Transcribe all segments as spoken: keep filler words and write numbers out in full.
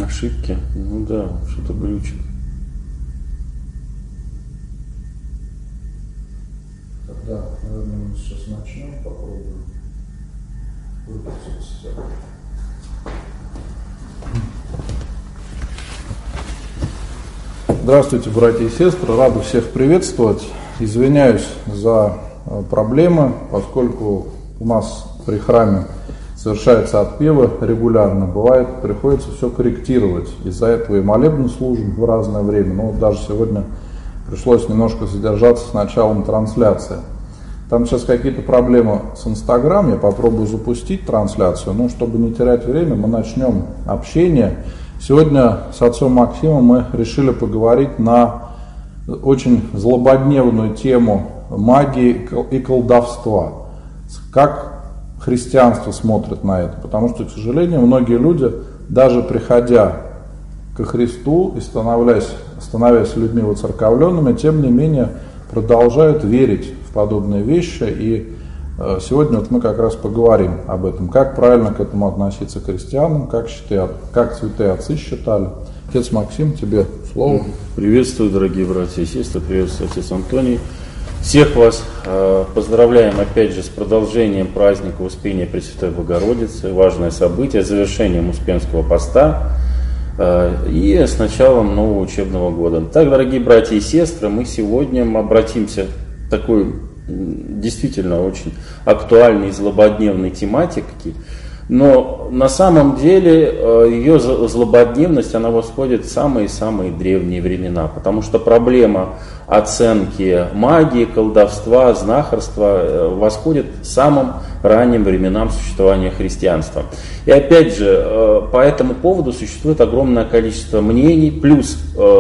Ошибки. Ну да, что-то глючит. Тогда, наверное, мы сейчас начнем, попробуем выпустить. Здравствуйте, братья и сестры, рад всех приветствовать. Извиняюсь за проблемы, поскольку у нас при храме совершаются отпевы регулярно, бывает, приходится все корректировать. Из-за этого и молебны служим в разное время. Но вот даже сегодня пришлось немножко задержаться с началом трансляции. Там сейчас какие-то проблемы с Инстаграм, я попробую запустить трансляцию, но чтобы не терять время, мы начнем общение. Сегодня с отцом Максимом мы решили поговорить на очень злободневную тему магии и колдовства. Как христианство смотрит на это? Потому что, к сожалению, многие люди, даже приходя ко Христу и становясь, становясь людьми воцерковленными, тем не менее продолжают верить в подобные вещи. И э, сегодня вот мы как раз поговорим об этом. Как правильно к этому относиться к христианам, как, считают, как святые отцы считали. Отец Максим, тебе слово. Приветствую, дорогие братья и сестры, приветствую, отец Антоний. Всех вас э, поздравляем опять же с продолжением праздника Успения Пресвятой Богородицы, важное событие, с завершением Успенского поста э, и с началом нового учебного года. Так, дорогие братья и сестры, мы сегодня обратимся к такой действительно очень актуальной и злободневной тематике, но на самом деле э, ее злободневность, она восходит в самые-самые древние времена, потому что проблема оценки магии, колдовства, знахарства восходит к самым ранним временам существования христианства. И опять же, по этому поводу существует огромное количество мнений, плюс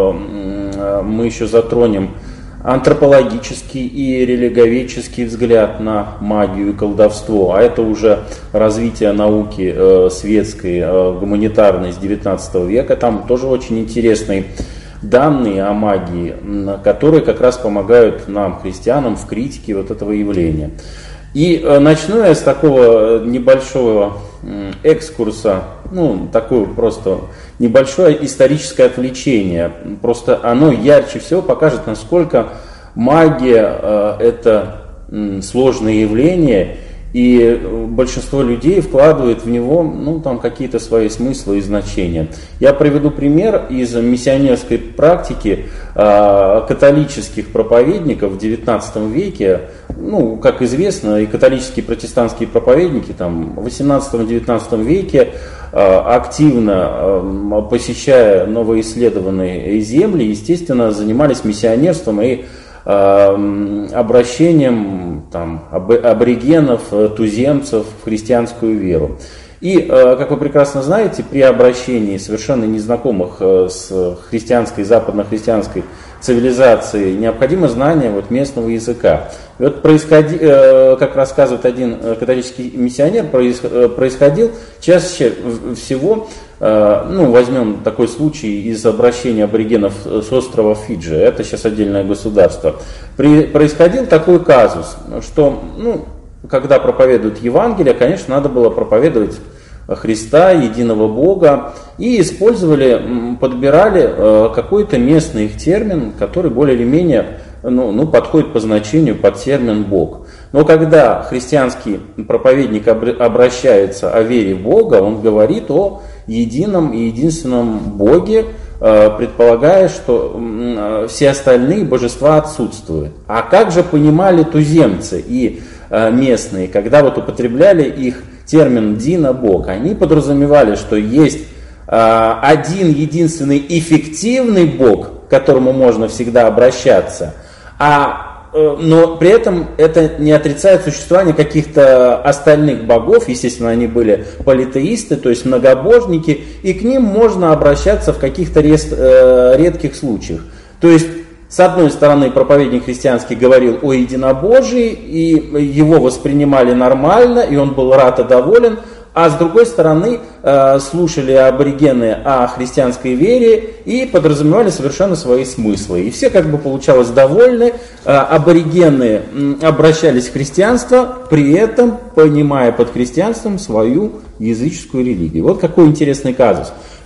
мы еще затронем антропологический и религоведческий взгляд на магию и колдовство, а это уже развитие науки светской, гуманитарной с девятнадцатого века, там тоже очень интересный данные о магии, которые как раз помогают нам, христианам, в критике вот этого явления. И начну я с такого небольшого экскурса, ну, такое просто небольшое историческое отвлечение. Просто оно ярче всего покажет, насколько магия – это сложное явление, и большинство людей вкладывает в него, ну, там какие-то свои смыслы и значения. Я приведу пример из миссионерской практики э, католических проповедников в девятнадцатом веке. Ну, как известно, и католические, и протестантские проповедники там, в восемнадцатом-девятнадцатом веке э, активно э, посещая новоисследованные земли, естественно, занимались миссионерством и обращением там, аборигенов, туземцев в христианскую веру. И, как вы прекрасно знаете, при обращении совершенно незнакомых с христианской, западно-христианской цивилизацией необходимо знание вот местного языка. И вот происходи, как рассказывает один католический миссионер, происходил чаще всего, ну, возьмем такой случай из обращения аборигенов с острова Фиджи, это сейчас отдельное государство, При, происходил такой казус, что, ну, когда проповедуют Евангелие, конечно, надо было проповедовать Христа, единого Бога, и использовали, подбирали какой-то местный их термин, который более или менее ну, ну, подходит по значению под термин Бог. Но когда христианский проповедник обращается о вере в Бога, он говорит о едином и единственном Боге, предполагая, что все остальные божества отсутствуют. А как же понимали туземцы и местные, когда вот употребляли их термин «Дина Бог»? Они подразумевали, что есть один единственный эффективный Бог, к которому можно всегда обращаться, а но при этом это не отрицает существование каких-то остальных богов, естественно, они были политеисты, то есть многобожники, и к ним можно обращаться в каких-то редких случаях. То есть, с одной стороны, проповедник христианский говорил о единобожии, и его воспринимали нормально, и он был рад и доволен, а с другой стороны, слушали аборигены о христианской вере и подразумевали совершенно свои смыслы. И все как бы получалось довольны, аборигены обращались в христианство, при этом понимая под христианством свою языческую религию. Вот какой интересный казус. В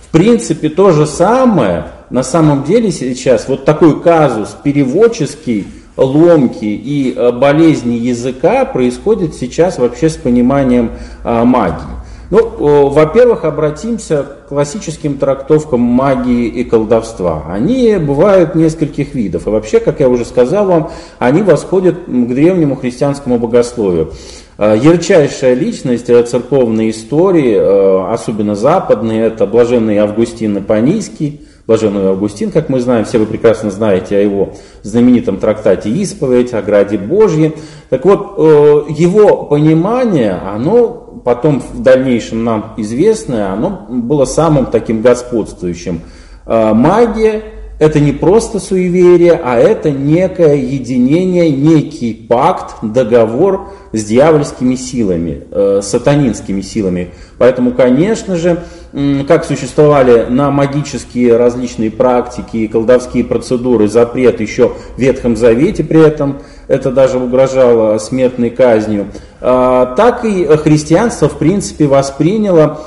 принципе, то же самое, на самом деле сейчас, вот такой казус переводческий, ломки и болезни языка происходит сейчас вообще с пониманием а, магии. Ну, во-первых, обратимся к классическим трактовкам магии и колдовства. Они бывают нескольких видов. И вообще, как я уже сказал вам, они восходят к древнему христианскому богословию. Ярчайшая личность церковной истории, особенно западной, это блаженный Августин Ипонийский. Блаженный Августин, как мы знаем, все вы прекрасно знаете о его знаменитом трактате «Исповедь», о Граде Божьем. Так вот, его понимание, оно потом в дальнейшем нам известное, оно было самым таким господствующим. Магия – это не просто суеверие, а это некое единение, некий пакт, договор с дьявольскими силами, э, сатанинскими силами. Поэтому, конечно же, как существовали на магические различные практики и колдовские процедуры запрет еще в Ветхом Завете, при этом это даже угрожало смертной казнью, так и христианство в принципе восприняло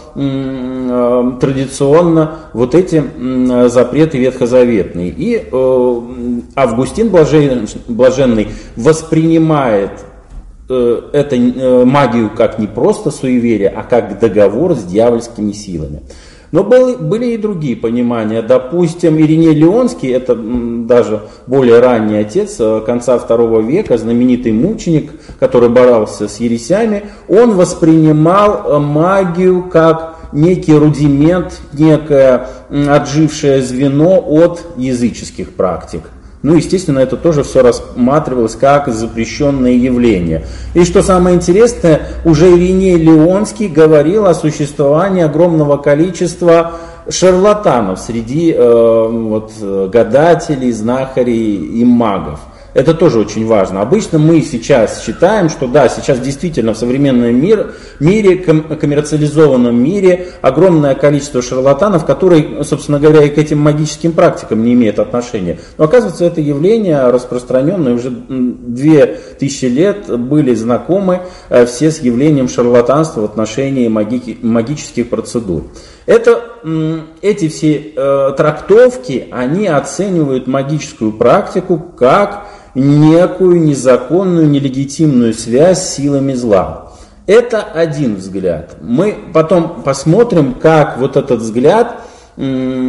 традиционно вот эти запреты ветхозаветные. И Августин Блаженный воспринимает эту магию как не просто суеверие, а как договор с дьявольскими силами. Но были, были и другие понимания. Допустим, Ириней Леонский, это даже более ранний отец конца второго века, знаменитый мученик, который боролся с ересями, он воспринимал магию как некий рудимент, некое отжившее звено от языческих практик. Ну, естественно, это тоже все рассматривалось как запрещенное явление. И что самое интересное, уже Ириней Леонский говорил о существовании огромного количества шарлатанов среди э, вот, гадателей, знахарей и магов. Это тоже очень важно. Обычно мы сейчас считаем, что да, сейчас действительно в современном мир, мире, коммерциализованном мире огромное количество шарлатанов, которые, собственно говоря, и к этим магическим практикам не имеют отношения. Но оказывается, это явление распространенное, уже две тысячи лет были знакомы все с явлением шарлатанства в отношении маги, магических процедур. Это, эти все э, трактовки, они оценивают магическую практику как некую незаконную, нелегитимную связь с силами зла. Это один взгляд. Мы потом посмотрим, как вот этот взгляд, как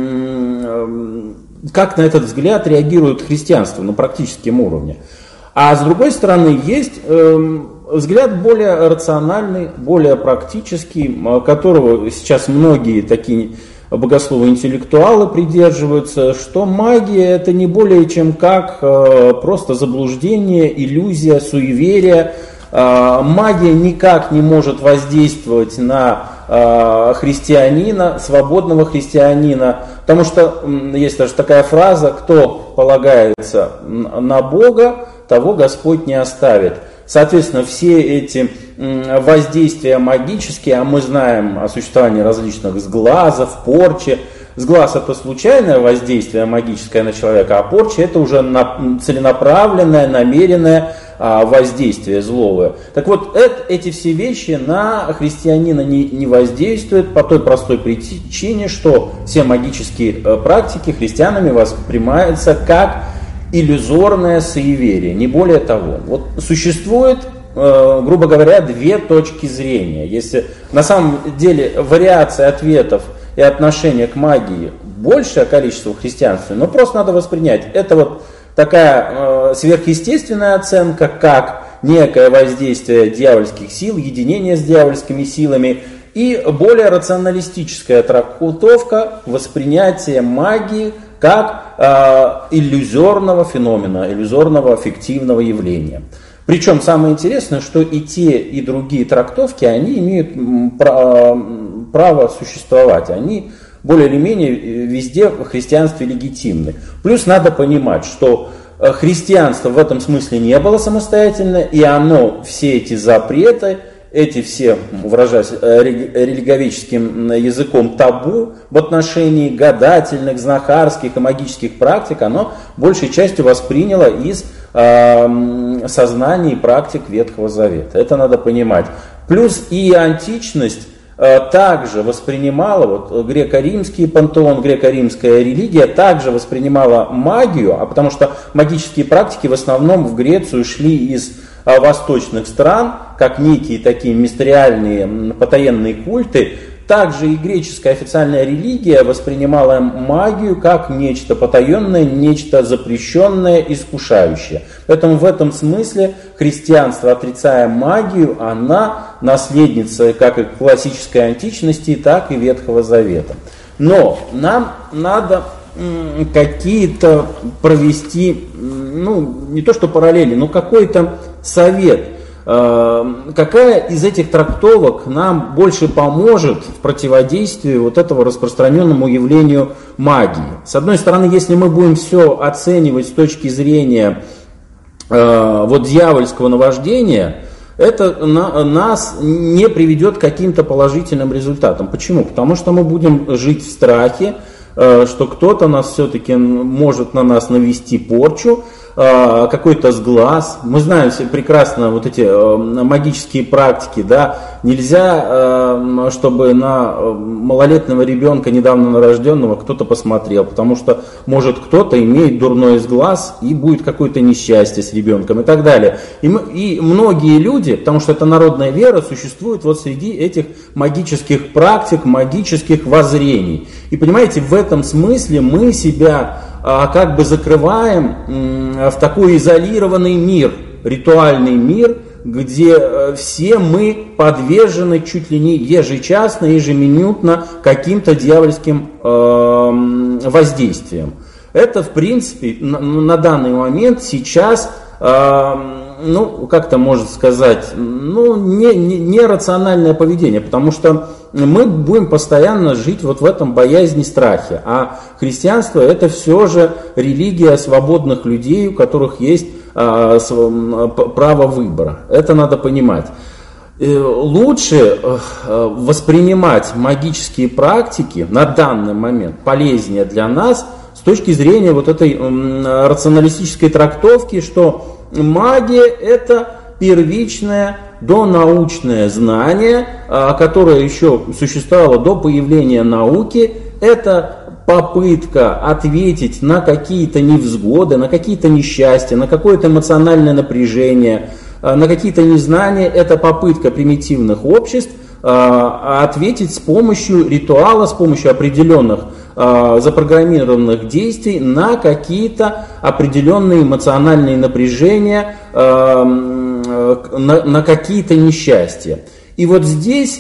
на этот взгляд реагирует христианство на практическом уровне. А с другой стороны, есть взгляд более рациональный, более практический, которого сейчас многие такие богословы-интеллектуалы придерживаются, что магия это не более чем как просто заблуждение, иллюзия, суеверие. Магия никак не может воздействовать на христианина, свободного христианина, потому что есть даже такая фраза: кто полагается на Бога, того Господь не оставит. Соответственно, все эти воздействия магические, а мы знаем о существовании различных сглазов, порчи. Сглаз это случайное воздействие магическое на человека, а порча это уже целенаправленное, намеренное воздействие злое. Так вот, это, эти все вещи на христианина не, не воздействуют по той простой причине, что все магические практики христианами воспринимаются как иллюзорное суеверие, не более того. Вот существует, э, грубо говоря, две точки зрения. Если на самом деле вариации ответов и отношения к магии большее количество в христианстве, но просто надо воспринять. Это вот такая э, сверхъестественная оценка, как некое воздействие дьявольских сил, единение с дьявольскими силами, и более рационалистическая трактовка воспринятия магии как э, иллюзорного феномена, иллюзорного фиктивного явления. Причем самое интересное, что и те, и другие трактовки, они имеют право существовать. Они более или менее везде в христианстве легитимны. Плюс надо понимать, что христианство в этом смысле не было самостоятельно, и оно все эти запреты, эти все, выражаясь религиоведческим языком, табу в отношении гадательных, знахарских и магических практик, оно большей частью восприняло из э, сознания и практик Ветхого Завета. Это надо понимать. Плюс и античность, также воспринимала, вот греко-римский пантеон, греко-римская религия также воспринимала магию, а потому что магические практики в основном в Грецию шли из восточных стран, как некие такие мистериальные потаенные культы. Также и греческая официальная религия воспринимала магию как нечто потаенное, нечто запрещенное, искушающее. Поэтому в этом смысле христианство, отрицая магию, она наследница как и классической античности, так и Ветхого Завета. Но нам надо какие-то провести, ну не то что параллели, но какой-то совет. Какая из этих трактовок нам больше поможет в противодействии вот этого распространенному явлению магии? С одной стороны, если мы будем все оценивать с точки зрения э, вот дьявольского наваждения, это на, нас не приведет к каким-то положительным результатам. Почему? Потому что мы будем жить в страхе, э, что кто-то нас все-таки может на нас навести порчу, какой-то сглаз. Мы знаем все прекрасно вот эти магические практики, да, нельзя, чтобы на малолетнего ребенка, недавно новорожденного, кто-то посмотрел, потому что может кто-то имеет дурной сглаз и будет какое-то несчастье с ребенком и так далее. И, мы, и многие люди, потому что это народная вера, существуют вот среди этих магических практик, магических воззрений. И понимаете, в этом смысле мы себя как бы закрываем в такой изолированный мир, ритуальный мир, где все мы подвержены чуть ли не ежечасно, ежеминутно каким-то дьявольским воздействиям. Это, в принципе, на данный момент сейчас, ну, как-то можно сказать, ну, не, не, нерациональное поведение, потому что мы будем постоянно жить вот в этом боязни, страхе. А христианство — это все же религия свободных людей, у которых есть а, право выбора. Это надо понимать. Лучше воспринимать магические практики на данный момент полезнее для нас с точки зрения вот этой рационалистической трактовки, что магия — это первичное донаучное знание, которое еще существовало до появления науки. Это попытка ответить на какие-то невзгоды, на какие-то несчастья, на какое-то эмоциональное напряжение, на какие-то незнания. Это попытка примитивных обществ ответить с помощью ритуала, с помощью определенных запрограммированных действий на какие-то определенные эмоциональные напряжения, на, на какие-то несчастья. И вот здесь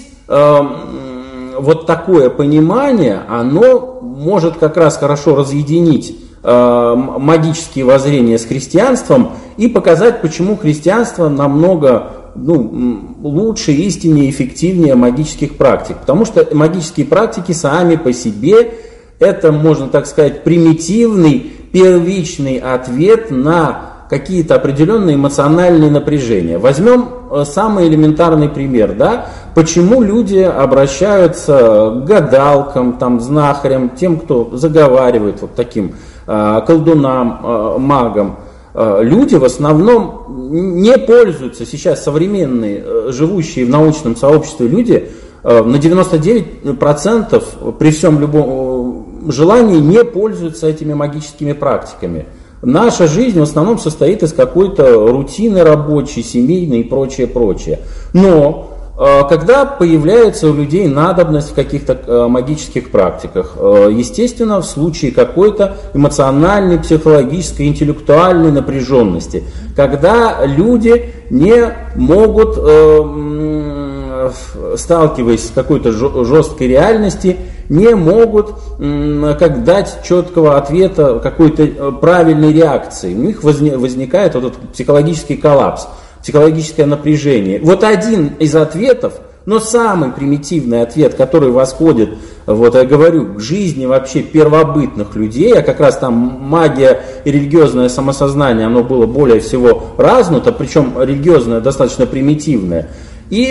вот такое понимание, оно может как раз хорошо разъединить магические воззрения с христианством и показать, почему христианство намного ну, лучше, истиннее, эффективнее магических практик. Потому что магические практики сами по себе это, можно так сказать, примитивный, первичный ответ на какие-то определенные эмоциональные напряжения. Возьмем самый элементарный пример, да? Почему люди обращаются к гадалкам, там, знахарям, тем, кто заговаривает, вот таким э, колдунам, э, магам. Э, люди в основном не пользуются сейчас, современные, э, живущие в научном сообществе люди, э, на девяносто девять процентов при всем любом желании не пользуются этими магическими практиками. Наша жизнь в основном состоит из какой-то рутины рабочей, семейной и прочее, прочее. Но когда появляется у людей надобность в каких-то магических практиках, естественно, в случае какой-то эмоциональной, психологической, интеллектуальной напряженности, когда люди не могут, сталкиваясь с какой-то жесткой реальностью, не могут как дать четкого ответа, какой-то правильной реакции. У них возникает вот этот психологический коллапс, психологическое напряжение. Вот один из ответов, но самый примитивный ответ, который восходит, вот я говорю, к жизни вообще первобытных людей, а как раз там магия и религиозное самосознание, оно было более всего разнуто, причем религиозное достаточно примитивное. И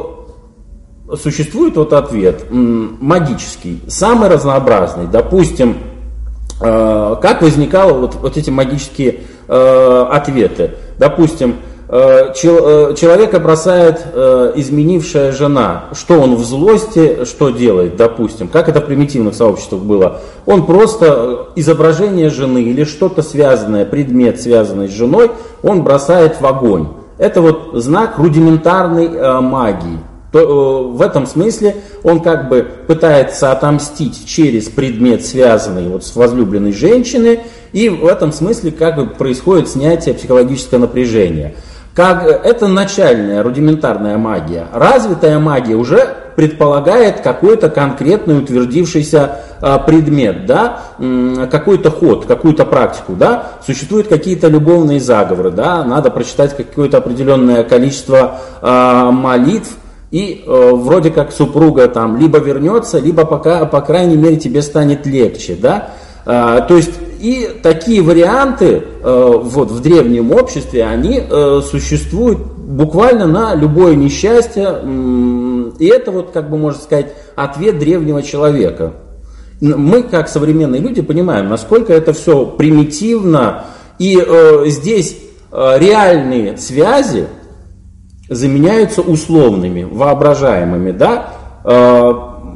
э, существует вот ответ м, магический, самый разнообразный. Допустим, э, как возникали вот, вот эти магические э, ответы. Допустим, человека бросает изменившая жена. Что он в злости, что делает, допустим? Как это в примитивных сообществах было? Он просто изображение жены или что-то связанное, предмет, связанный с женой, он бросает в огонь. Это вот знак рудиментарной магии. То, в этом смысле он как бы пытается отомстить через предмет, связанный вот с возлюбленной женщиной, и в этом смысле как бы происходит снятие психологического напряжения. Как, это начальная рудиментарная магия. Развитая магия уже предполагает какой-то конкретный утвердившийся а, предмет, да, какой-то ход, какую-то практику, да, существуют какие-то любовные заговоры, да, надо прочитать какое-то определенное количество а, молитв, и э, вроде как супруга там либо вернется, либо пока, по крайней мере тебе станет легче, да, а, то есть и такие варианты э, вот в древнем обществе, они э, существуют буквально на любое несчастье, и это вот, как бы можно сказать, ответ древнего человека. Мы, как современные люди, понимаем, насколько это все примитивно, и э, здесь э, реальные связи заменяются условными, воображаемыми, да, э,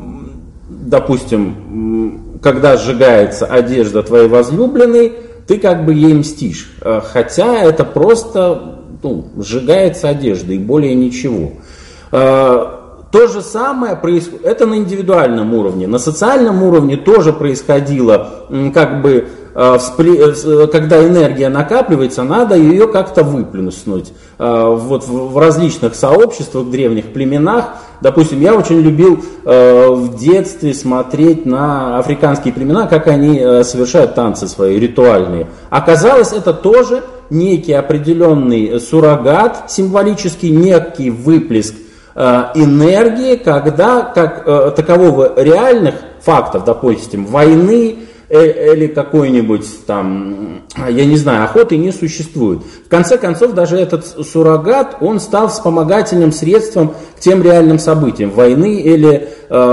допустим, когда сжигается одежда твоей возлюбленной, ты как бы ей мстишь, э, хотя это просто, ну, сжигается одежда и более ничего. Э, то же самое происходит, это на индивидуальном уровне, на социальном уровне тоже происходило, как бы, когда энергия накапливается, надо ее как-то выплеснуть. Вот в различных сообществах, древних племенах, допустим, я очень любил в детстве смотреть на африканские племена, как они совершают танцы свои ритуальные. Оказалось, это тоже некий определенный суррогат символический, некий выплеск энергии, когда как такового реальных фактов, допустим, войны или какой-нибудь там, я не знаю, охоты не существует. В конце концов, даже этот суррогат, он стал вспомогательным средством к тем реальным событиям, войны или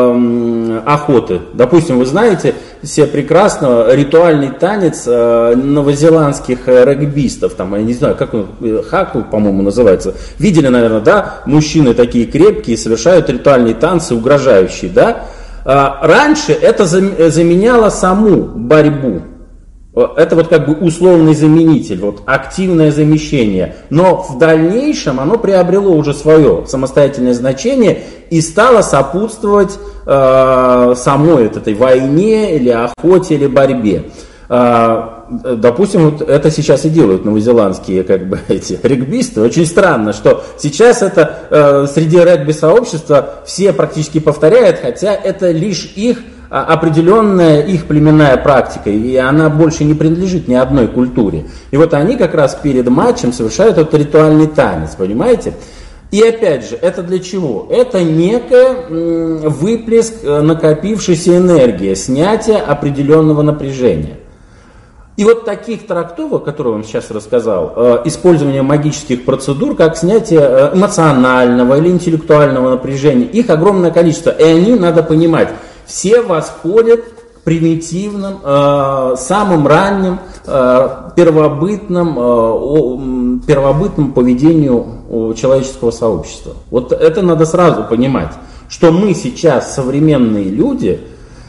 э, охоты. Допустим, вы знаете все прекрасно ритуальный танец э, новозеландских регбистов, там, я не знаю, как он, хаку, по-моему, называется. Видели, наверное, да, мужчины такие крепкие, совершают ритуальные танцы, угрожающие, да. Раньше это заменяло саму борьбу. Это вот как бы условный заменитель, вот активное замещение. Но в дальнейшем оно приобрело уже свое самостоятельное значение и стало сопутствовать э, самой этой войне или охоте или борьбе. Э, допустим, вот это сейчас и делают новозеландские как бы эти регбисты. Очень странно, что сейчас это э, среди регби-сообщества все практически повторяют, хотя это лишь их определенная их племенная практика, и она больше не принадлежит ни одной культуре. И вот они как раз перед матчем совершают этот ритуальный танец, понимаете? И опять же, это для чего? Это некий выплеск накопившейся энергии, снятие определенного напряжения. И вот таких трактовок, которые я вам сейчас рассказал, использование магических процедур, как снятие эмоционального или интеллектуального напряжения, их огромное количество, и они, надо понимать, все восходят к примитивным, э, самым ранним, э, первобытным, э, первобытному поведению человеческого сообщества. Вот это надо сразу понимать, что мы сейчас, современные люди,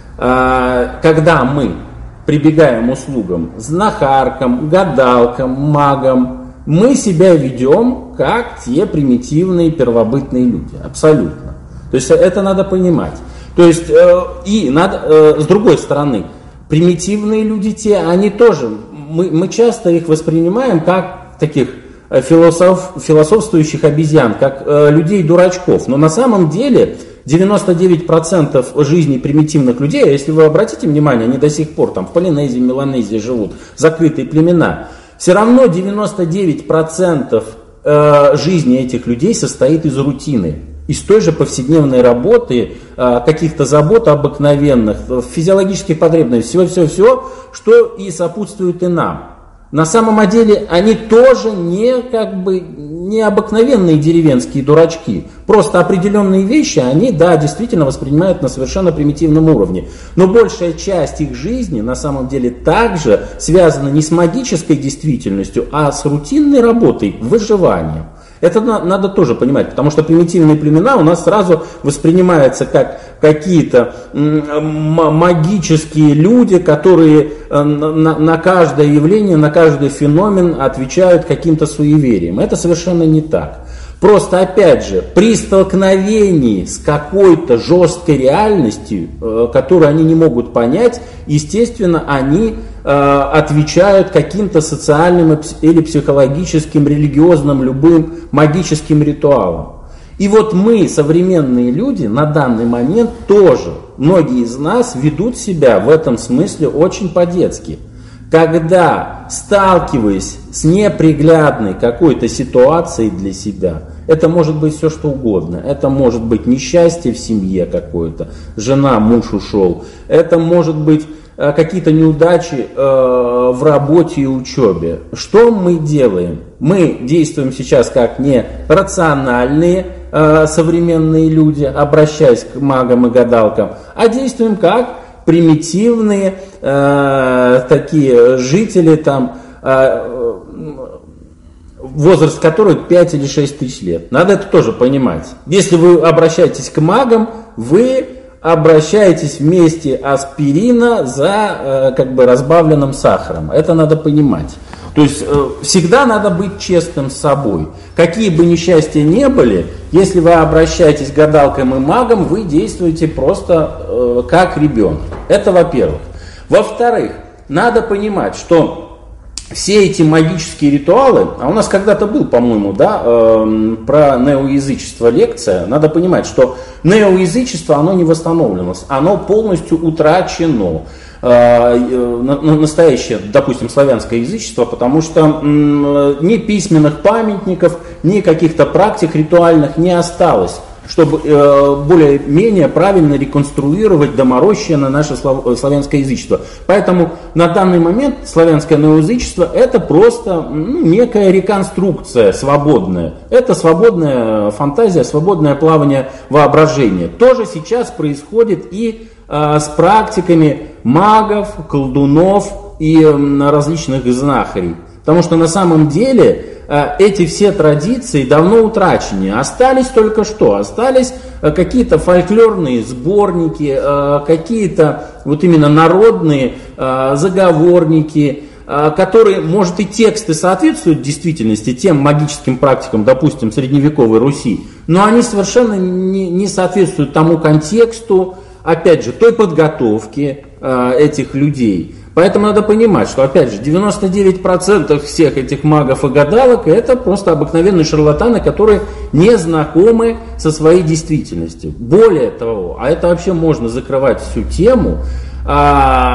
э, когда мы прибегаем услугам знахаркам, гадалкам, магам, мы себя ведем как те примитивные первобытные люди. Абсолютно. То есть это надо понимать. То есть, э, и надо, э, с другой стороны, примитивные люди те, они тоже, мы, мы часто их воспринимаем как таких философ, философствующих обезьян, как э, людей-дурачков. Но на самом деле девяносто девять процентов жизни примитивных людей, а если вы обратите внимание, они до сих пор там в Полинезии, Меланезии живут, закрытые племена, все равно девяносто девять процентов э, жизни этих людей состоит из рутины. Из той же повседневной работы, каких-то забот обыкновенных, физиологических потребностей, всего-всего-всего, что и сопутствует и нам. на самом деле они тоже не как бы не обыкновенные деревенские дурачки. Просто определенные вещи они, да, действительно воспринимают на совершенно примитивном уровне. Но большая часть их жизни на самом деле также связана не с магической действительностью, а с рутинной работой, выживанием. Это на, надо тоже понимать, потому что примитивные племена у нас сразу воспринимаются как какие-то магические люди, которые на, на каждое явление, на каждый феномен отвечают каким-то суеверием. Это совершенно не так. Просто, опять же, при столкновении с какой-то жесткой реальностью, которую они не могут понять, естественно, они отвечают каким-то социальным или психологическим, религиозным, любым магическим ритуалам. И вот мы, современные люди, на данный момент тоже, многие из нас ведут себя в этом смысле очень по-детски. Когда, сталкиваясь с неприглядной какой-то ситуацией для себя, это может быть все что угодно, это может быть несчастье в семье какое-то, жена, муж ушел, это может быть э, какие-то неудачи э, в работе и учебе. Что мы делаем? Мы действуем сейчас как не рациональные э, современные люди, обращаясь к магам и гадалкам, а действуем как примитивные э, такие жители, там, э, возраст которых пять или шесть тысяч лет. Надо это тоже понимать. Если вы обращаетесь к магам, вы обращаетесь вместе аспирина за э, как бы разбавленным сахаром. Это надо понимать. То есть э, всегда надо быть честным с собой. Какие бы несчастья ни были, если вы обращаетесь к гадалкам и магам, вы действуете просто э, как ребенок. Это во-первых. Во-вторых, надо понимать, что все эти магические ритуалы, а у нас когда-то был, по-моему, да, э, про неоязычество лекция, надо понимать, что неоязычество, оно не восстановлено, оно полностью утрачено. Настоящее, допустим, славянское язычество, потому что ни письменных памятников, ни каких-то практик ритуальных не осталось, чтобы более-менее правильно реконструировать доморощенное наше славянское язычество. Поэтому на данный момент славянское неоязычество это просто ну, некая реконструкция свободная. Это свободная фантазия, свободное плавание воображения. Тоже сейчас происходит и с практиками магов, колдунов и различных знахарей. Потому что на самом деле эти все традиции давно утрачены. Остались только что? Остались какие-то фольклорные сборники, какие-то вот именно народные заговорники, которые, может, и тексты соответствуют действительности тем магическим практикам, допустим, средневековой Руси, но они совершенно не, не соответствуют тому контексту, опять же, той подготовки э, этих людей. Поэтому надо понимать, что, опять же, девяносто девять процентов всех этих магов и гадалок это просто обыкновенные шарлатаны, которые не знакомы со своей действительностью. Более того, а это вообще можно закрывать всю тему, э,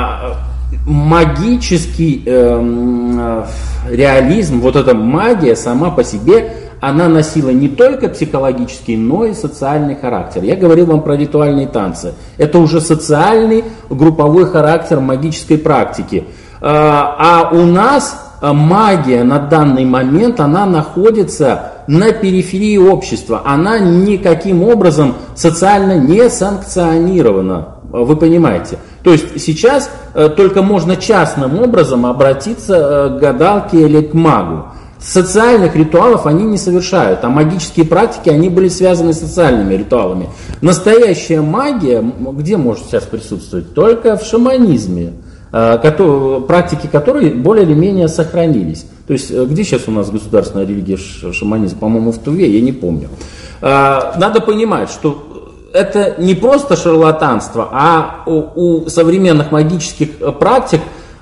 магический э, э, реализм, вот эта магия сама по себе, она носила не только психологический, но и социальный характер. Я говорил вам про ритуальные танцы. Это уже социальный групповой характер магической практики. А у нас магия на данный момент, она находится на периферии общества. Она никаким образом социально не санкционирована. Вы понимаете? То есть сейчас только можно частным образом обратиться к гадалке или к магу. Социальных ритуалов они не совершают, а магические практики, они были связаны с социальными ритуалами. Настоящая магия, где может сейчас присутствовать? Только в шаманизме, практики которой более или менее сохранились. То есть, где сейчас у нас государственная религия шаманизм? По-моему, в Туве, я не помню. Надо понимать, что это не просто шарлатанство, а у современных магических практик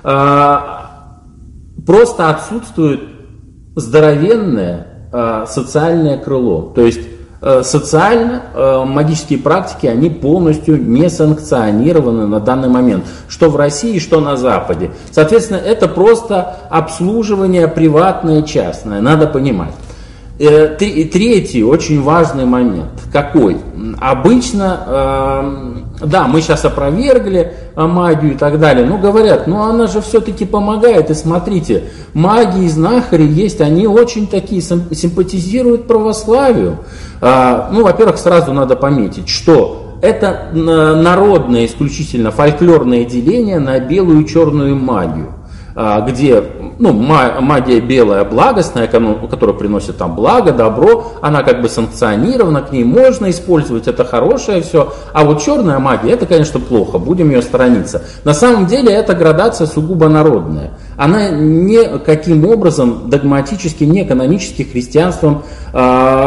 просто отсутствует здоровенное э, социальное крыло. То есть э, социально э, магические практики, они полностью не санкционированы на данный момент. Что в России, что на Западе. Соответственно, это просто обслуживание приватное, частное. Надо понимать. Э, третий очень важный момент. Какой? Обычно да, мы сейчас опровергли магию и так далее, но говорят, ну она же все-таки помогает, и смотрите, маги и знахари есть, они очень такие симпатизируют православию. А, ну, во-первых, сразу надо пометить, что это народное, исключительно фольклорное деление на белую и черную магию, где ну, магия белая, благостная, которая приносит там благо, добро, она как бы санкционирована, к ней можно использовать, это хорошее все. А вот черная магия, это, конечно, плохо, будем ее сторониться. На самом деле, эта градация сугубо народная. Она никаким образом догматически, не канонически христианством э,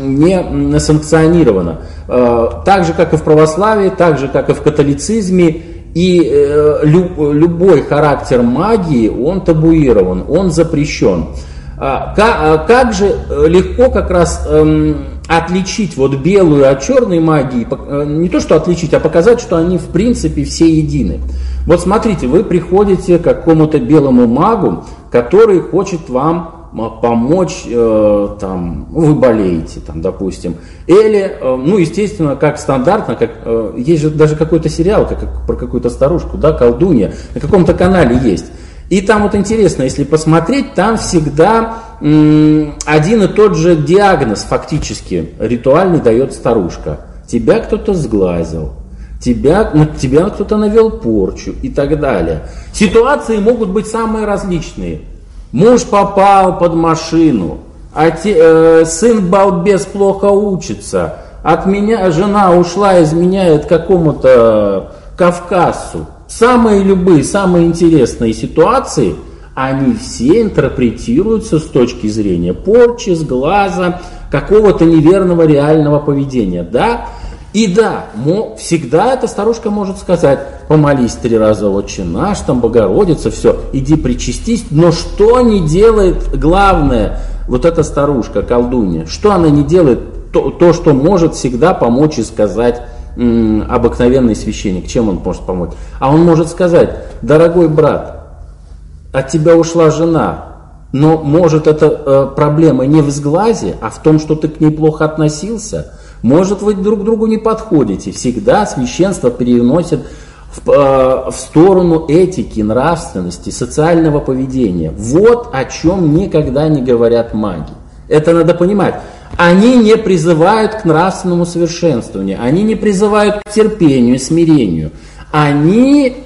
не санкционирована. Э, так же, как и в православии, так же, как и в католицизме. И э, лю, любой характер магии, он табуирован, он запрещен. А, как, как же легко как раз э, отличить вот белую от черной магии, не то что отличить, а показать, что они в принципе все едины. Вот смотрите, вы приходите к какому-то белому магу, который хочет вам помочь, э, там, вы болеете, там, допустим. Или, э, ну, естественно, как стандартно, как, э, есть же даже какой-то сериал как, как, про какую-то старушку, да, колдунья, на каком-то канале есть. И там вот интересно, если посмотреть, там всегда м, один и тот же диагноз фактически ритуальный дает старушка. Тебя кто-то сглазил. Тебя, на тебя кто-то навел порчу и так далее. Ситуации могут быть самые различные. Муж попал под машину, а те, э, сын балбес плохо учится, от меня жена ушла, изменяет какому-то кавказцу. Самые любые, самые интересные ситуации, они все интерпретируются с точки зрения порчи, сглаза, какого-то неверного реального поведения. Да? И да, всегда эта старушка может сказать, помолись три раза Отче наш, там Богородица, все, иди причастись. Но что не делает главное, вот эта старушка, колдунья, что она не делает, то, то что может всегда помочь и сказать м, обыкновенный священник, чем он может помочь? А он может сказать, дорогой брат, от тебя ушла жена, но может эта э, проблема не в сглазе, а в том, что ты к ней плохо относился. Может, вы друг другу не подходите. Всегда священство переносит в, э, в сторону этики, нравственности, социального поведения. Вот о чем никогда не говорят маги. Это надо понимать. Они не призывают к нравственному совершенствованию. Они не призывают к терпению, смирению. Они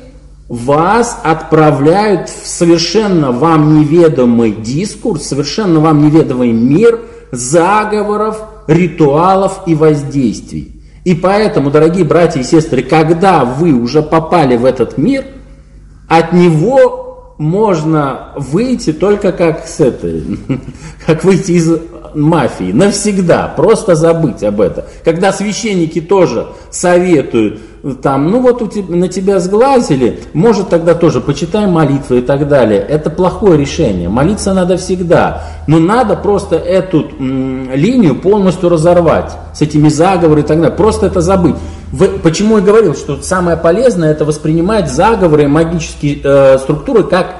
вас отправляют в совершенно вам неведомый дискурс, совершенно вам неведомый мир заговоров, ритуалов и воздействий. И поэтому, дорогие братья и сестры, когда вы уже попали в этот мир, от него можно выйти только как с этой, как выйти из мафии, навсегда, просто забыть об этом. Когда священники тоже советуют, там, ну вот у тебя, на тебя сглазили, может тогда тоже почитай молитвы и так далее. Это плохое решение. Молиться надо всегда. Но надо просто эту м, линию полностью разорвать с этими заговорами и так далее. Просто это забыть. Вы, почему я говорил, что самое полезное это воспринимать заговоры, магические э, структуры как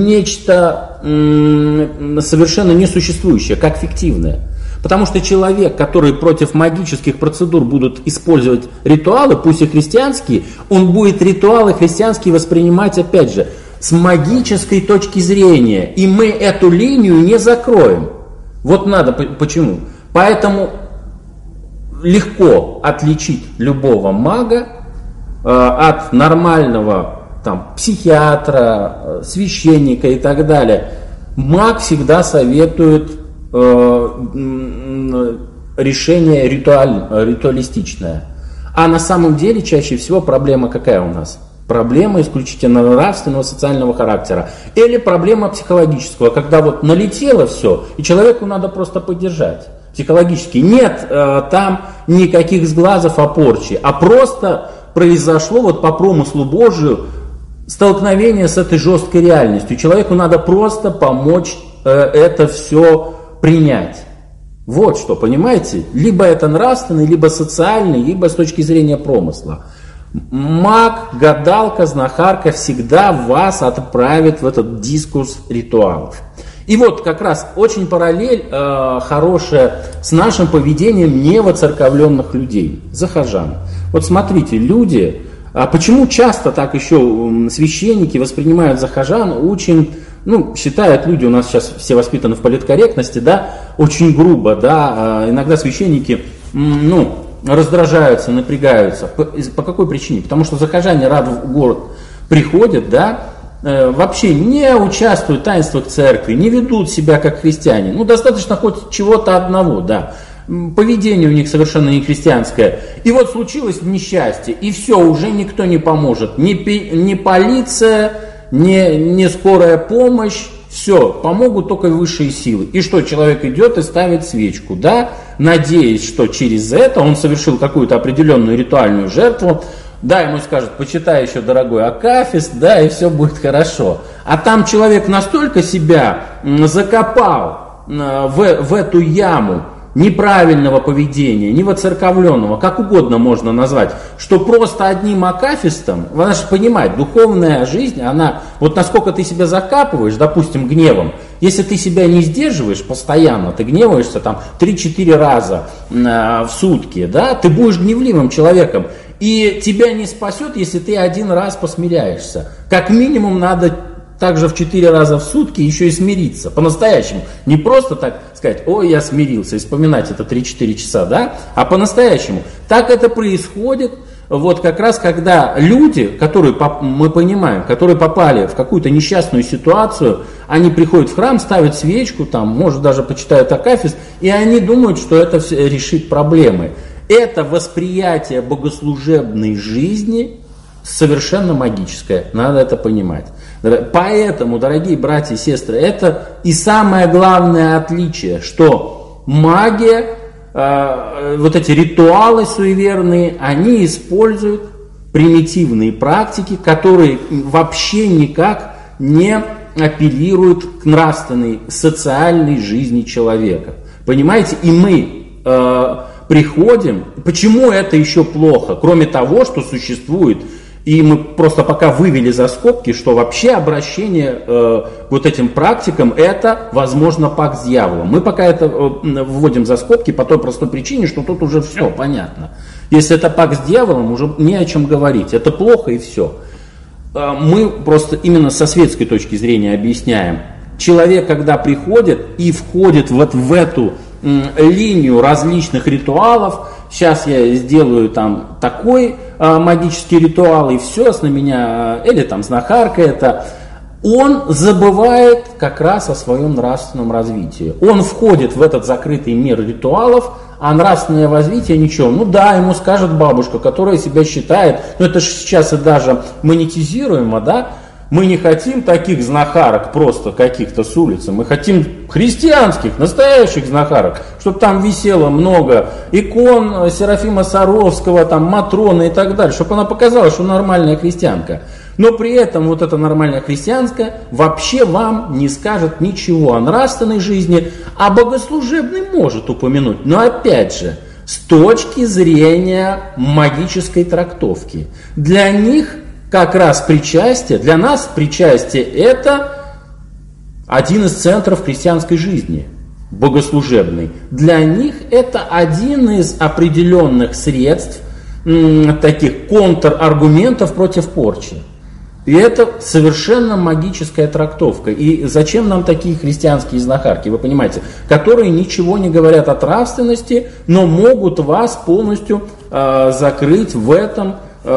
нечто м, совершенно несуществующее, как фиктивное. Потому что человек, который против магических процедур будут использовать ритуалы, пусть и христианские, он будет ритуалы христианские воспринимать, опять же, с магической точки зрения. И мы эту линию не закроем. Вот надо, почему? Поэтому легко отличить любого мага э, от нормального там, психиатра, священника и так далее. Маг всегда советует решение ритуаль, ритуалистичное. А на самом деле чаще всего проблема какая у нас? Проблема исключительно нравственного, социального характера. Или проблема психологического, когда вот налетело все, и человеку надо просто поддержать. Психологически нет э, там никаких сглазов о порче, а просто произошло вот по промыслу Божию столкновение с этой жесткой реальностью. Человеку надо просто помочь э, это все принять. Вот что, понимаете? Либо это нравственный, либо социальный, либо с точки зрения промысла. Маг, гадалка, знахарка всегда вас отправит в этот дискурс ритуалов. И вот как раз очень параллель э, хорошая с нашим поведением невоцерковленных людей, захожан. Вот смотрите, люди, а почему часто так еще священники воспринимают захожан очень, ну, считают люди, у нас сейчас все воспитаны в политкорректности, да, очень грубо, да, иногда священники, ну, раздражаются, напрягаются. По, по какой причине? Потому что захожане рады в город приходят, да, э, вообще не участвуют в таинствах церкви, не ведут себя как христиане. Ну, достаточно хоть чего-то одного, да. Поведение у них совершенно не христианское. И вот случилось несчастье, и все, уже никто не поможет. Ни, ни полиция, ни, ни скорая помощь. Все, помогут только высшие силы. И что, человек идет и ставит свечку, да, надеясь, что через это он совершил какую-то определенную ритуальную жертву. Да, ему скажут, почитай еще, дорогой, акафист, да, и все будет хорошо. А там человек настолько себя закопал в, в эту яму неправильного поведения, невоцерковленного, как угодно можно назвать, что просто одним акафистом, надо же понимать, духовная жизнь, она, вот насколько ты себя закапываешь, допустим, гневом, если ты себя не сдерживаешь постоянно, ты гневаешься там три-четыре раза э, в сутки, да, ты будешь гневливым человеком, и тебя не спасет, если ты один раз посмиряешься. Как минимум надо также в четыре раза в сутки еще и смириться, по-настоящему. Не просто так сказать, ой, я смирился, и вспоминать это три-четыре часа, да, а по-настоящему. Так это происходит, вот как раз когда люди, которые, мы понимаем, которые попали в какую-то несчастную ситуацию, они приходят в храм, ставят свечку, там, может даже почитают акафист, и они думают, что это решит проблемы. Это восприятие богослужебной жизни совершенно магическое, надо это понимать. Поэтому, дорогие братья и сестры, это и самое главное отличие, что магия, э, вот эти ритуалы суеверные, они используют примитивные практики, которые вообще никак не апеллируют к нравственной, социальной жизни человека. Понимаете? И мы э, приходим, почему это еще плохо, кроме того, что существует. И мы просто пока вывели за скобки, что вообще обращение э, к вот этим практикам это, возможно, пакт с дьяволом. Мы пока это э, вводим за скобки по той простой причине, что тут уже все понятно. Если это пакт с дьяволом, уже не о чем говорить. Это плохо и все. Э, мы просто именно со светской точки зрения объясняем. Человек, когда приходит и входит вот в эту э, линию различных ритуалов, сейчас я сделаю там такой э, магический ритуал, и все, с на меня, или там знахарка это, он забывает как раз о своем нравственном развитии. Он входит в этот закрытый мир ритуалов, а нравственное развитие ничего. Ну да, ему скажет бабушка, которая себя считает, ну это же сейчас и даже монетизируемо, да, мы не хотим таких знахарок просто каких-то с улицы, мы хотим христианских, настоящих знахарок, чтобы там висело много икон Серафима Саровского, там Матроны и так далее, чтобы она показала, что нормальная христианка. Но при этом вот эта нормальная христианская вообще вам не скажет ничего о нравственной жизни, а богослужебный может упомянуть. Но опять же, с точки зрения магической трактовки, для них как раз причастие, для нас причастие это один из центров христианской жизни, богослужебный. Для них это один из определенных средств, м, таких контраргументов против порчи. И это совершенно магическая трактовка. И зачем нам такие христианские знахарки, вы понимаете, которые ничего не говорят о нравственности, но могут вас полностью э, закрыть в этом,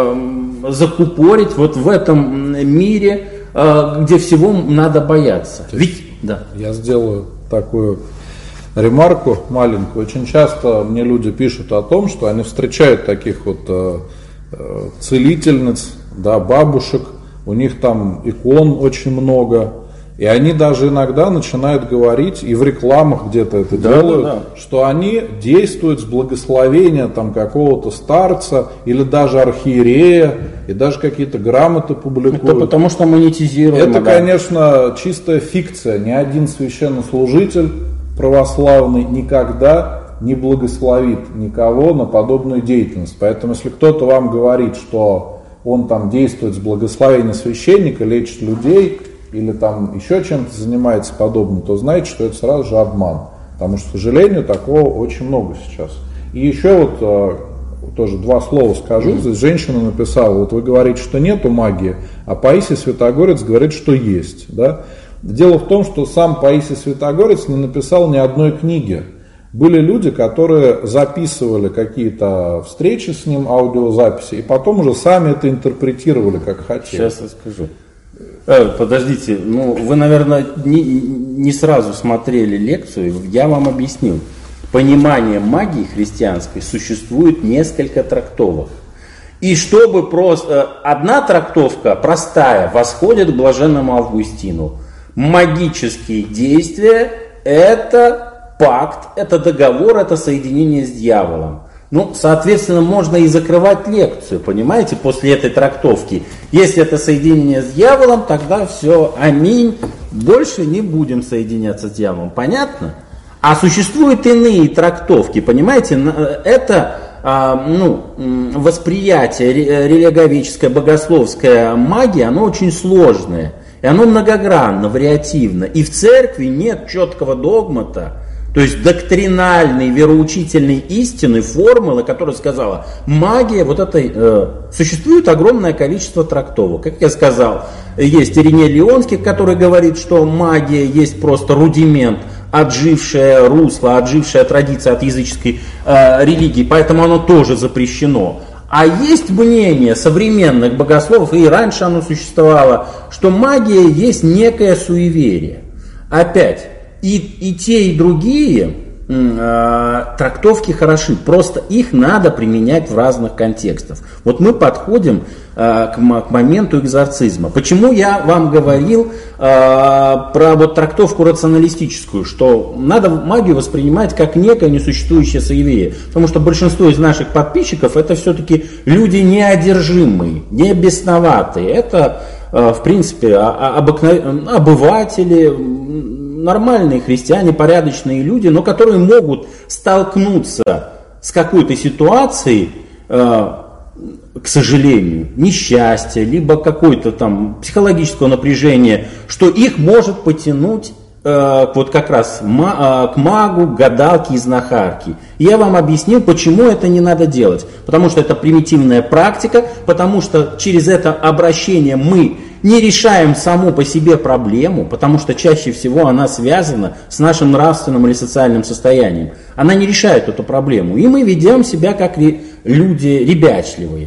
закупорить вот в этом мире, где всего надо бояться. Ведь, да. Я сделаю такую ремарку маленькую. Очень часто мне люди пишут о том, что они встречают таких вот целительниц, да, бабушек, у них там икон очень много. И они даже иногда начинают говорить, и в рекламах где-то это да, делают, да, да. что они действуют с благословения там, какого-то старца или даже архиерея, и даже какие-то грамоты публикуют. Это потому что монетизируем. Это, да. конечно, чистая фикция. Ни один священнослужитель православный никогда не благословит никого на подобную деятельность. Поэтому, если кто-то вам говорит, что он там действует с благословения священника, лечит людей, или там еще чем-то занимается подобным, то знаете, что это сразу же обман. Потому что, к сожалению, такого очень много сейчас. И еще вот тоже два слова скажу. Здесь женщина написала, вот вы говорите, что нету магии, а Паисий Святогорец говорит, что есть. Да? Дело в том, что сам Паисий Святогорец не написал ни одной книги. Были люди, которые записывали какие-то встречи с ним, аудиозаписи, и потом уже сами это интерпретировали, как хотели. Сейчас расскажу. Э, подождите, ну вы, наверное, не, не сразу смотрели лекцию, я вам объяснил. Понимание магии христианской существует несколько трактовок. И чтобы просто одна трактовка, простая, восходит к блаженному Августину. Магические действия – это пакт, это договор, это соединение с дьяволом. Ну, соответственно, можно и закрывать лекцию, понимаете, после этой трактовки. Если это соединение с дьяволом, тогда все, аминь, больше не будем соединяться с дьяволом. Понятно? А существуют иные трактовки, понимаете, это а, ну, восприятие религовическое, богословское магии, оно очень сложное, и оно многогранно, вариативно. И в церкви нет четкого догмата, то есть доктринальной, вероучительной истины, формулы, которая сказала, магия, вот это, э, существует огромное количество трактовок. Как я сказал, есть Ириней Леонский, который говорит, что магия есть просто рудимент, отжившее русло, отжившая традиция от языческой э, религии, поэтому оно тоже запрещено. А есть мнение современных богословов, и раньше оно существовало, что магия есть некое суеверие. Опять, и, и те, и другие э, трактовки хороши, просто их надо применять в разных контекстах. Вот мы подходим э, к, к моменту экзорцизма. Почему я вам говорил э, про вот трактовку рационалистическую, что надо магию воспринимать как некое несуществующее суеверие, потому что большинство из наших подписчиков это все-таки люди неодержимые, не бесноватые, это э, в принципе обыкновенные обыватели, нормальные христиане, порядочные люди, но которые могут столкнуться с какой-то ситуацией, э, к сожалению, несчастья, либо какое-то там психологического напряжения, что их может потянуть э, вот как раз ма, э, к магу, к гадалке и знахарке. И я вам объяснил, почему это не надо делать. Потому что это примитивная практика, потому что через это обращение мы не решаем саму по себе проблему, потому что чаще всего она связана с нашим нравственным или социальным состоянием. Она не решает эту проблему, и мы ведем себя как люди ребячливые.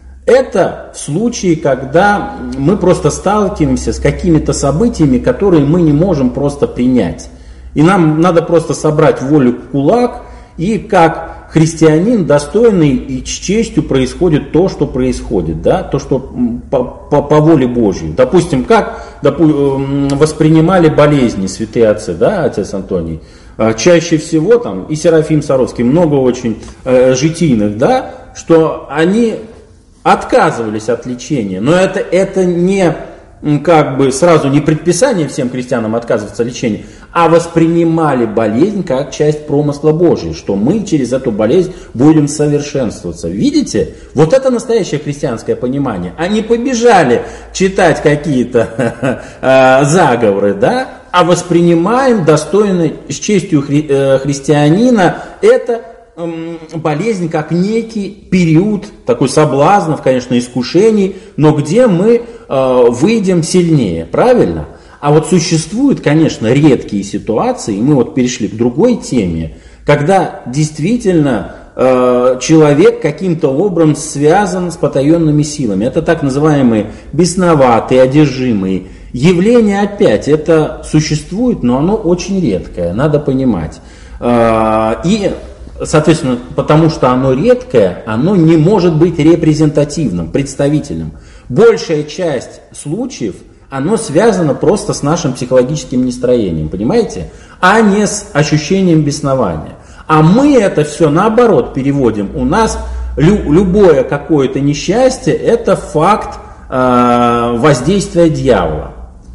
Это в случае, когда мы просто сталкиваемся с какими-то событиями, которые мы не можем просто принять. И нам надо просто собрать волю в кулак и как христианин достойный и с честью происходит то, что происходит, да, то, что по, по, по воле Божьей. Допустим, как допу, воспринимали болезни святые отцы, да, отец Антоний. Чаще всего, там, и Серафим Саровский, много очень э, житийных, да, что они отказывались от лечения. Но это, это не как бы сразу не предписание всем христианам отказываться от лечения, а воспринимали болезнь как часть промысла Божия, что мы через эту болезнь будем совершенствоваться. Видите? Вот это настоящее христианское понимание. Они побежали читать какие-то заговоры, да, а воспринимаем достойно, с честью хри, э, христианина, это э, болезнь как некий период, такой соблазнов, конечно, искушений, но где мы э, выйдем сильнее, правильно? А вот существуют, конечно, редкие ситуации, и мы вот перешли к другой теме, когда действительно э, человек каким-то образом связан с потаенными силами. Это так называемые бесноватые, одержимые. Явление опять, это существует, но оно очень редкое, надо понимать. И, соответственно, потому что оно редкое, оно не может быть репрезентативным, представительным. Большая часть случаев, оно связано просто с нашим психологическим настроением, понимаете? А не с ощущением беснования. А мы это все наоборот переводим. У нас лю- любое какое-то несчастье, это факт э- воздействия дьявола.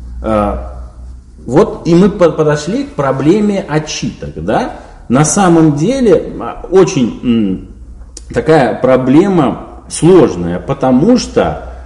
Вот и мы подошли к проблеме отчиток, да? На самом деле очень такая проблема сложная, потому что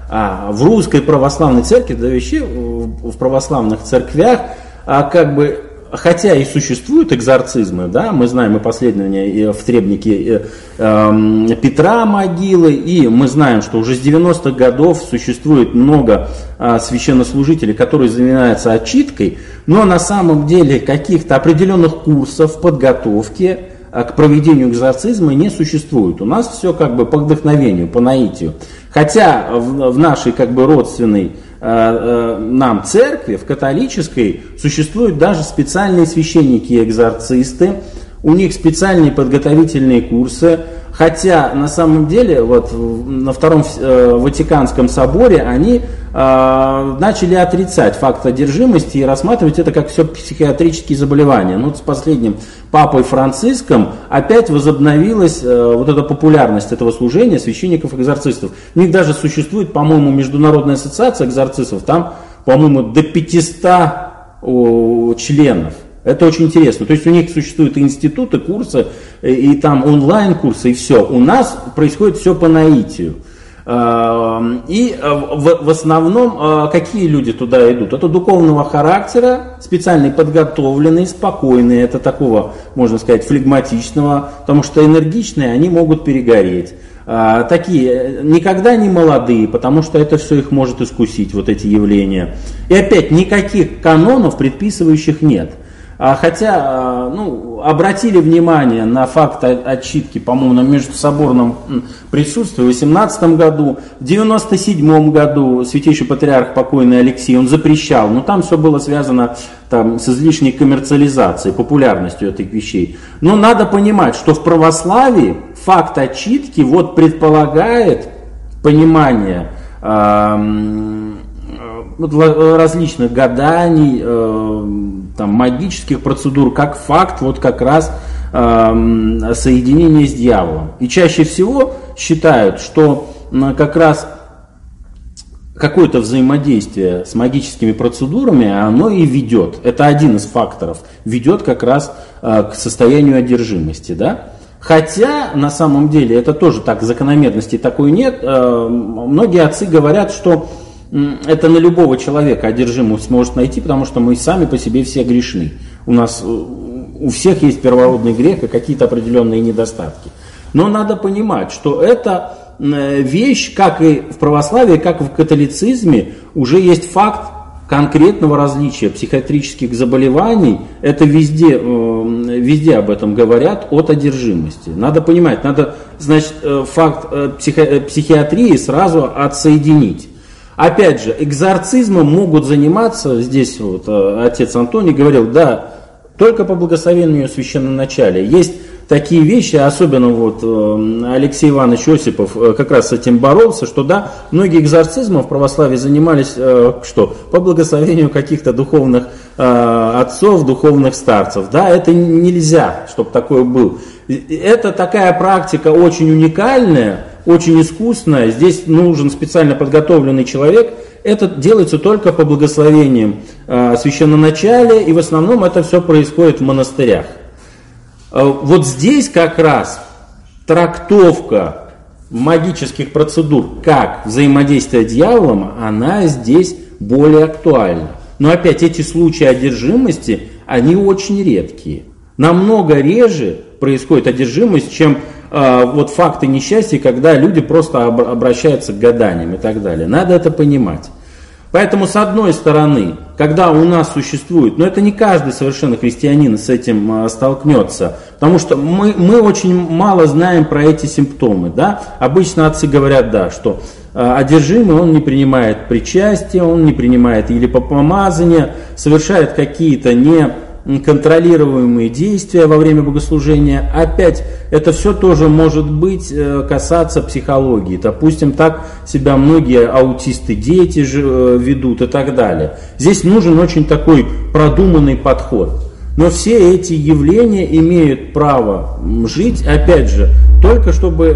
А в русской православной церкви, да вообще в православных церквях, а как бы, хотя и существуют экзорцизмы, да, мы знаем и последования в требнике э, Петра могилы, и мы знаем, что уже с девяностых годов существует много э, священнослужителей, которые занимаются отчиткой, но на самом деле каких-то определенных курсов подготовки к проведению экзорцизма не существует. У нас все как бы по вдохновению, по наитию. Хотя в, в нашей как бы родственной э, э, нам церкви, в католической, существуют даже специальные священники-экзорцисты, у них специальные подготовительные курсы. Хотя на самом деле вот на Втором э, Ватиканском соборе они э, начали отрицать факт одержимости и рассматривать это как все психиатрические заболевания. Но вот с последним Папой Франциском опять возобновилась э, вот эта популярность этого служения священников-экзорцистов. У них даже существует, по-моему, Международная ассоциация экзорцистов, там, по-моему, до пятисот о, членов. Это очень интересно. То есть у них существуют и институты, курсы, и, и там онлайн-курсы, и все. У нас происходит все по наитию. И в, в основном какие люди туда идут? Это духовного характера, специально подготовленные, спокойные, это такого, можно сказать, флегматичного, потому что энергичные они могут перегореть. Такие никогда не молодые, потому что это все их может искусить, вот эти явления. И опять никаких канонов предписывающих нет. Хотя, ну, обратили внимание на факт отчитки, по-моему, на межсоборном присутствии в восемнадцатом году, в девяносто седьмом году святейший патриарх покойный Алексий, он запрещал, но там все было связано там, с излишней коммерциализацией, популярностью этих вещей. Но надо понимать, что в православии факт отчитки вот предполагает понимание различных гаданий, там, магических процедур, как факт вот как раз э, соединения с дьяволом. И чаще всего считают, что э, как раз какое-то взаимодействие с магическими процедурами, оно и ведет, это один из факторов, ведет как раз э, к состоянию одержимости, да? Хотя на самом деле это тоже так, закономерности такой нет. Э, многие отцы говорят, что это на любого человека одержимость может найти, потому что мы сами по себе все грешны. У нас у всех есть первородный грех и какие-то определенные недостатки. Но надо понимать, что это вещь, как и в православии, как и в католицизме, уже есть факт конкретного различия психиатрических заболеваний. Это везде, везде об этом говорят, от одержимости. Надо понимать, надо, значит, факт психи- психиатрии сразу отсоединить. Опять же, экзорцизмом могут заниматься, здесь вот отец Антоний говорил, да, только по благословению священноначалия. Есть такие вещи, особенно вот Алексей Иванович Осипов как раз с этим боролся, что да, многие экзорцизмы в православии занимались что? По благословению каких-то духовных отцов, духовных старцев. Да, это нельзя, чтобы такое было. Это такая практика очень уникальная, очень искусная, здесь нужен специально подготовленный человек, это делается только по благословениям э, священноначалия, и в основном это все происходит в монастырях. Э, вот здесь как раз трактовка магических процедур как взаимодействие с дьяволом, она здесь более актуальна. Но опять эти случаи одержимости, они очень редкие. Намного реже происходит одержимость, чем э, вот факты несчастья, когда люди просто об, обращаются к гаданиям и так далее. Надо это понимать. Поэтому, с одной стороны, когда у нас существует, но это не каждый совершенно христианин с этим э, столкнется, потому что мы, мы очень мало знаем про эти симптомы. Да? Обычно отцы говорят, да, что э, одержимый, он не принимает причастие, он не принимает или помазания, совершает какие-то не контролируемые действия во время богослужения. Опять, это все тоже может быть касаться психологии. Допустим, так себя многие аутисты, дети же ведут и так далее. Здесь нужен очень такой продуманный подход. Но все эти явления имеют право жить, опять же, только чтобы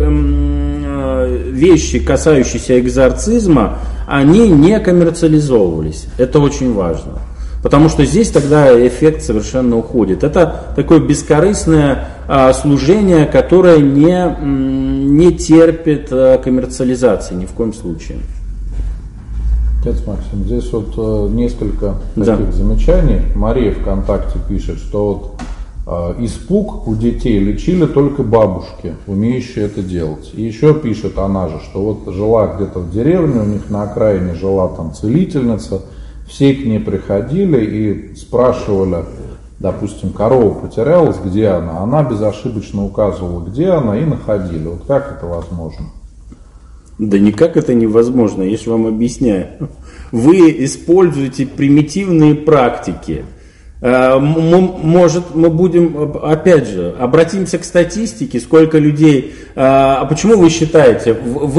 вещи, касающиеся экзорцизма, они не коммерциализовывались. Это очень важно. Потому что здесь тогда эффект совершенно уходит. Это такое бескорыстное а, служение, которое не, не терпит а, коммерциализации ни в коем случае. Отец Максим, здесь вот э, несколько да. таких замечаний. Мария ВКонтакте пишет, что вот э, испуг у детей лечили только бабушки, умеющие это делать. И еще пишет она же, что вот жила где-то в деревне, у них на окраине жила там целительница, все к ней приходили и спрашивали, допустим, корова потерялась, где она, она безошибочно указывала, где она, и находили. Вот как это возможно? Да никак это невозможно, я же вам объясняю. Вы используете примитивные практики. Может, мы будем, опять же, обратимся к статистике, сколько людей... А почему вы считаете,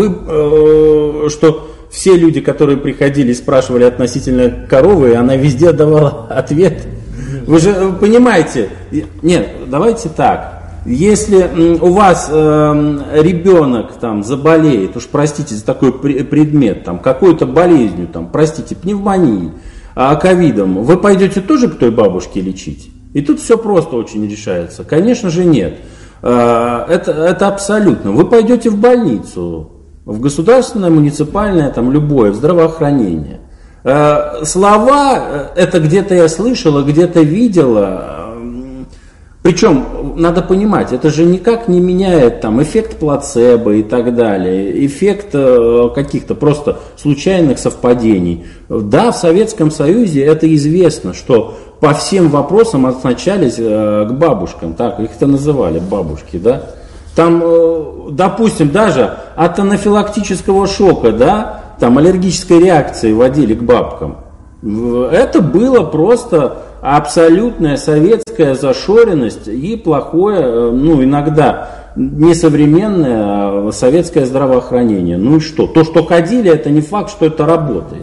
вы, что все люди, которые приходили и спрашивали относительно коровы, она везде давала ответ? Вы же понимаете... Нет, давайте так. Если у вас э, ребенок там заболеет, уж простите за такой предмет, там какой-то болезнью, там, простите, пневмонией, а ковидом, вы пойдете тоже к той бабушке лечить? И тут все просто очень решается. Конечно же нет. Э, это, это абсолютно. Вы пойдете в больницу, в государственное, муниципальное, там любое, в здравоохранение. Э, слова, это где-то я слышала, где-то видела. Причем, надо понимать, это же никак не меняет там эффект плацебо и так далее, эффект э, каких-то просто случайных совпадений. Да, в Советском Союзе это известно, что по всем вопросам относились э, к бабушкам, так их-то называли бабушки, да. Там, э, допустим, даже от анафилактического шока, да, там аллергической реакции вводили к бабкам. Это было просто абсолютная советская зашоренность и плохое, ну иногда несовременное советское здравоохранение. Ну и что? То, что ходили, это не факт, что это работает.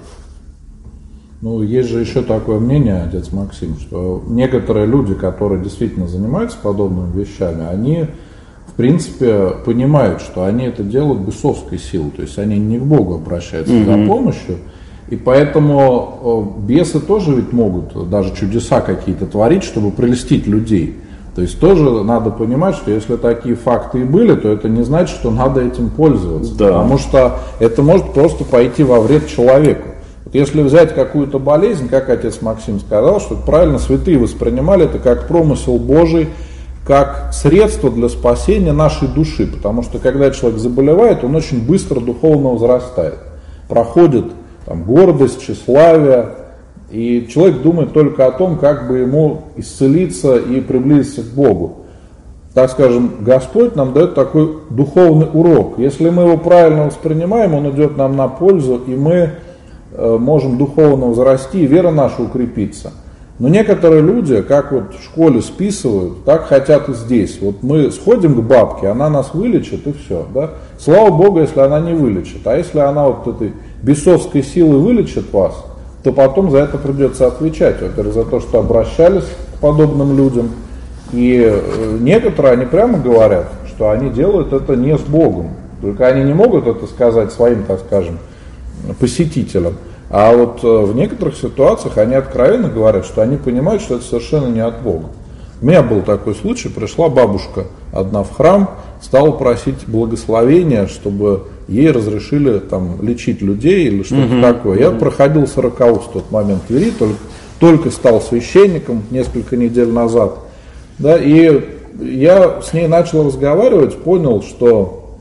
Ну, есть же еще такое мнение, отец Максим, что некоторые люди, которые действительно занимаются подобными вещами, они, в принципе, понимают, что они это делают бесовской силой, то есть они не к Богу обращаются mm-hmm. за помощью. И поэтому бесы тоже ведь могут даже чудеса какие-то творить, чтобы прельстить людей. То есть тоже надо понимать, что если такие факты и были, то это не значит, что надо этим пользоваться. Да. Потому что это может просто пойти во вред человеку. Вот если взять какую-то болезнь, как отец Максим сказал, что правильно святые воспринимали это как промысел Божий, как средство для спасения нашей души. Потому что когда человек заболевает, он очень быстро духовно возрастает. Проходит там гордость, тщеславие, и человек думает только о том, как бы ему исцелиться и приблизиться к Богу. Так скажем, Господь нам дает такой духовный урок. Если мы его правильно воспринимаем, он идет нам на пользу, и мы э, можем духовно возрасти, и вера наша укрепится. Но некоторые люди, как вот в школе списывают, так хотят и здесь. Вот мы сходим к бабке, она нас вылечит, и все. Да? Слава Богу, если она не вылечит. А если она вот этой бесовской силой вылечит вас, то потом за это придется отвечать. Во-первых, за то, что обращались к подобным людям. И некоторые, они прямо говорят, что они делают это не с Богом. Только они не могут это сказать своим, так скажем, посетителям. А вот в некоторых ситуациях они откровенно говорят, что они понимают, что это совершенно не от Бога. У меня был такой случай, пришла бабушка одна в храм, стала просить благословения, чтобы ей разрешили там лечить людей или что-то uh-huh. такое. Я uh-huh. проходил сороковую в тот момент в Твери, только, только стал священником несколько недель назад. Да, и я с ней начал разговаривать, понял, что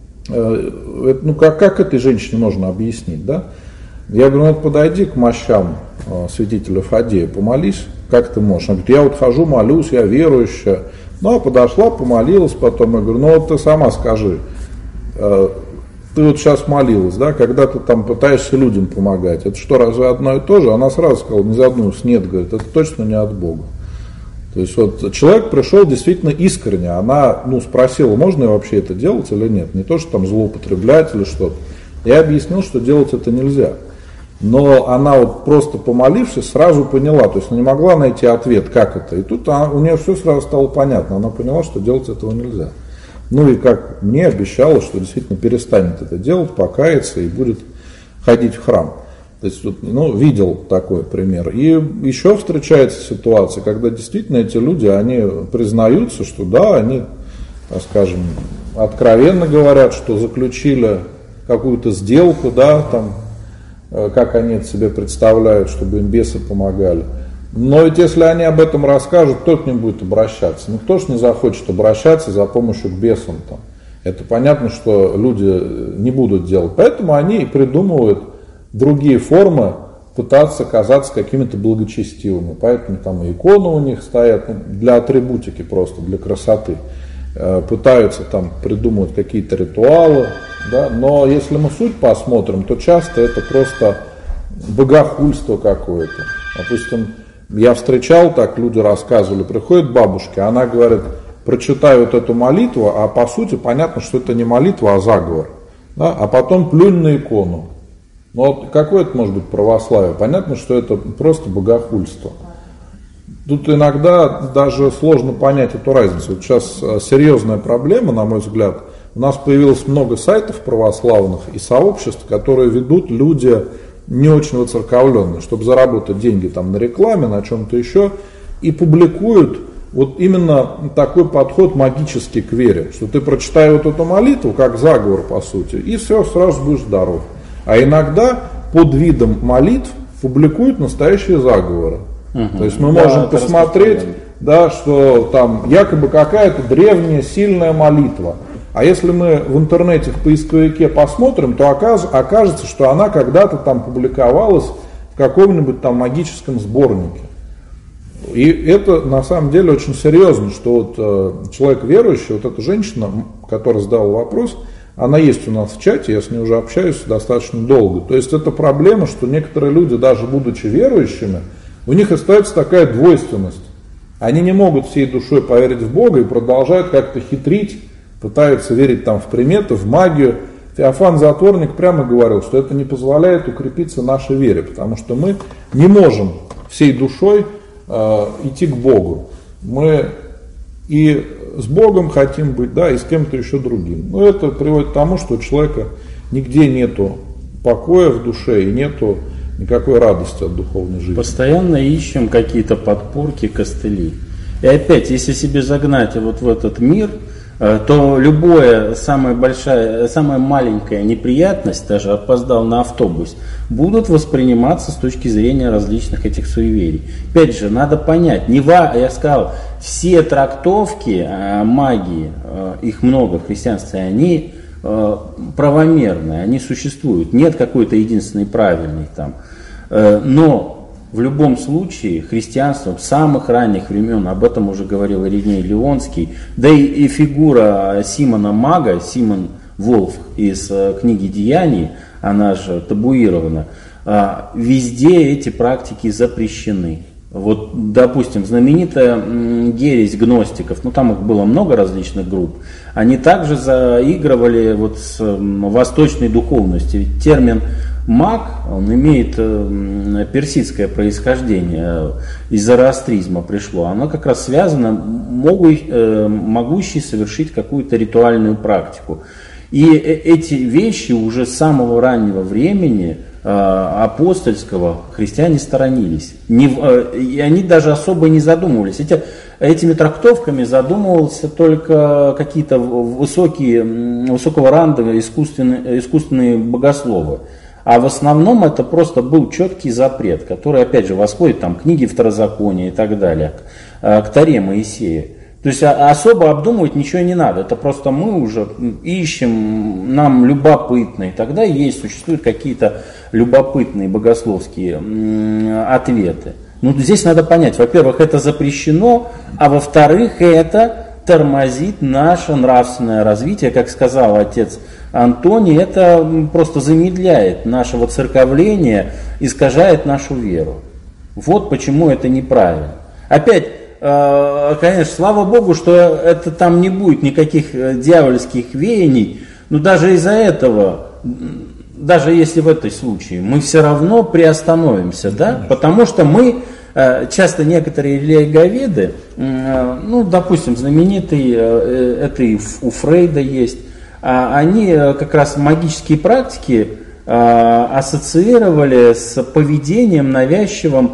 э, ну, как, как этой женщине можно объяснить, да? Я говорю, ну вот подойди к мощам э, святителя Фадея, помолись, как ты можешь? Она говорит, я вот хожу, молюсь, я верующая. Ну, а подошла, помолилась потом, я говорю, ну вот ты сама скажи, э, ты вот сейчас молилась, да, когда ты там пытаешься людям помогать, это что, разве одно и то же? Она сразу сказала, не заткнулась, нет, говорит, это точно не от Бога. То есть вот человек пришел действительно искренне, она ну, спросила, можно ли вообще это делать или нет, не то, что там злоупотреблять или что-то. Я объяснил, что делать это нельзя. Но она вот просто помолившись сразу поняла, то есть она не могла найти ответ, как это. И тут она, у нее все сразу стало понятно, она поняла, что делать этого нельзя. Ну и как мне обещала, что действительно перестанет это делать, покается и будет ходить в храм. То есть, ну, видел такой пример. И еще встречается ситуация, когда действительно эти люди, они признаются, что да, они, так скажем, откровенно говорят, что заключили какую-то сделку, да, там, как они это себе представляют, чтобы им бесы помогали. Но ведь если они об этом расскажут, кто к ним будет обращаться? Никто ж не захочет обращаться за помощью к бесам там. Это понятно, что люди не будут делать. Поэтому они и придумывают другие формы пытаться казаться какими-то благочестивыми. Поэтому там и иконы у них стоят, ну, для атрибутики просто, для красоты. Пытаются там придумывать какие-то ритуалы. Да? Но если мы суть посмотрим, то часто это просто богохульство какое-то. Допустим, я встречал, так люди рассказывали, приходит бабушка, она говорит, прочитай вот эту молитву, а по сути понятно, что это не молитва, а заговор. Да? А потом плюнь на икону. Но вот какое это может быть православие? Понятно, что это просто богохульство. Тут иногда даже сложно понять эту разницу. Вот сейчас серьезная проблема, на мой взгляд. У нас появилось много сайтов православных и сообществ, которые ведут люди не очень воцерковленные, чтобы заработать деньги там на рекламе, на чем-то еще, и публикуют вот именно такой подход магический к вере, что ты прочитай вот эту молитву, как заговор по сути, и все, сразу будешь здоров. А иногда под видом молитв публикуют настоящие заговоры. Угу. То есть мы да, можем посмотреть, да, что там якобы какая-то древняя сильная молитва. А если мы в интернете в поисковике посмотрим, то окажется, что она когда-то там публиковалась в каком-нибудь там магическом сборнике. И это на самом деле очень серьезно, что вот э, человек верующий, вот эта женщина, которая задала вопрос, она есть у нас в чате, я с ней уже общаюсь достаточно долго. То есть это проблема, что некоторые люди, даже будучи верующими, у них остается такая двойственность. Они не могут всей душой поверить в Бога и продолжают как-то хитрить, пытаются верить там в приметы, в магию. Феофан Затворник прямо говорил, что это не позволяет укрепиться нашей вере, потому что мы не можем всей душой э, идти к Богу. Мы и с Богом хотим быть, да, и с кем-то еще другим. Но это приводит к тому, что у человека нигде нету покоя в душе и нету никакой радости от духовной жизни. Постоянно ищем какие-то подпорки, костыли. И опять, если себе загнать вот в этот мир, то любая самая большая, самая маленькая неприятность, даже опоздал на автобус, будут восприниматься с точки зрения различных этих суеверий. Опять же, надо понять, не ва, я сказал, все трактовки э, магии, э, их много в христианстве, они э, правомерные, они существуют. Нет какой-то единственной правильной там. Э, но в любом случае христианство с самых ранних времен, об этом уже говорил Ириней Леонский, да и, и фигура Симона Мага, Симон Волф из э, книги «Деяний», она же табуирована, э, везде эти практики запрещены. Вот, допустим, знаменитая м, ересь гностиков, ну там их было много различных групп, они также заигрывали вот с м, восточной духовностью. Ведь термин маг, он имеет э, персидское происхождение, из зороастризма пришло. Оно как раз связано, могу, э, могущий совершить какую-то ритуальную практику. И эти вещи уже с самого раннего времени э, апостольского христиане сторонились. Не, э, и они даже особо не задумывались. Эти, этими трактовками задумывался только какие-то высокие, высокого ранга искусственные, искусственные богословы. А в основном это просто был четкий запрет, который, опять же, восходит там, к книге Второзакония и так далее, к Торе Моисея. То есть особо обдумывать ничего не надо, это просто мы уже ищем, нам любопытно, и тогда есть, существуют какие-то любопытные богословские ответы. Ну, здесь надо понять, во-первых, это запрещено, а во-вторых, это тормозит наше нравственное развитие, как сказал отец Антоний, это просто замедляет наше воцерковление, искажает нашу веру. Вот почему это неправильно. Опять, конечно, слава Богу, что это там не будет никаких дьявольских веяний, но даже из-за этого, даже если в этом случае, мы все равно приостановимся, да? Потому что мы, часто некоторые религиоведы, ну, допустим, знаменитый, это и у Фрейда есть, они как раз магические практики ассоциировали с поведением навязчивым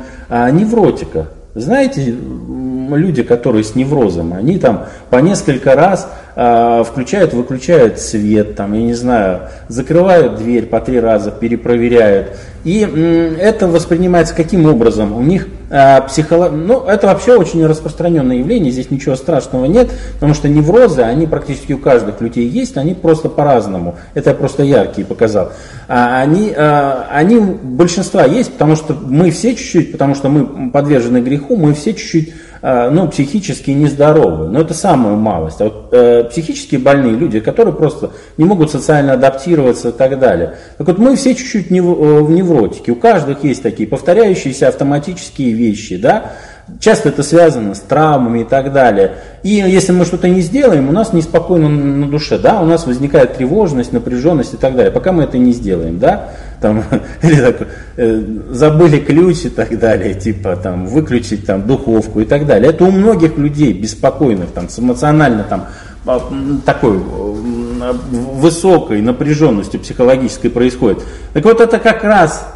невротика. Знаете, люди, которые с неврозом, они там по несколько раз включают, выключают свет, там, я не знаю, закрывают дверь по три раза, перепроверяют. И это воспринимается каким образом? У них психолог... Ну, это вообще очень распространенное явление, здесь ничего страшного нет, потому что неврозы, они практически у каждых людей есть, они просто по-разному. Это я просто яркие показал. Они, они у большинства есть, потому что мы все чуть-чуть, потому что мы подвержены греху, мы все чуть-чуть, ну, психически нездоровы. Но это самая малость. А вот э, психически больные люди, которые просто не могут социально адаптироваться и так далее. Так вот, мы все чуть-чуть нев, в невротике. У каждого есть такие повторяющиеся автоматические вещи, да. Часто это связано с травмами и так далее. И если мы что-то не сделаем, у нас неспокойно на душе, да, у нас возникает тревожность, напряженность и так далее. Пока мы это не сделаем, да, там, или так, э, забыли ключ и так далее, типа там выключить там духовку и так далее. Это у многих людей беспокойных, там, с эмоционально там такой высокой напряженностью психологической происходит. Так вот это как раз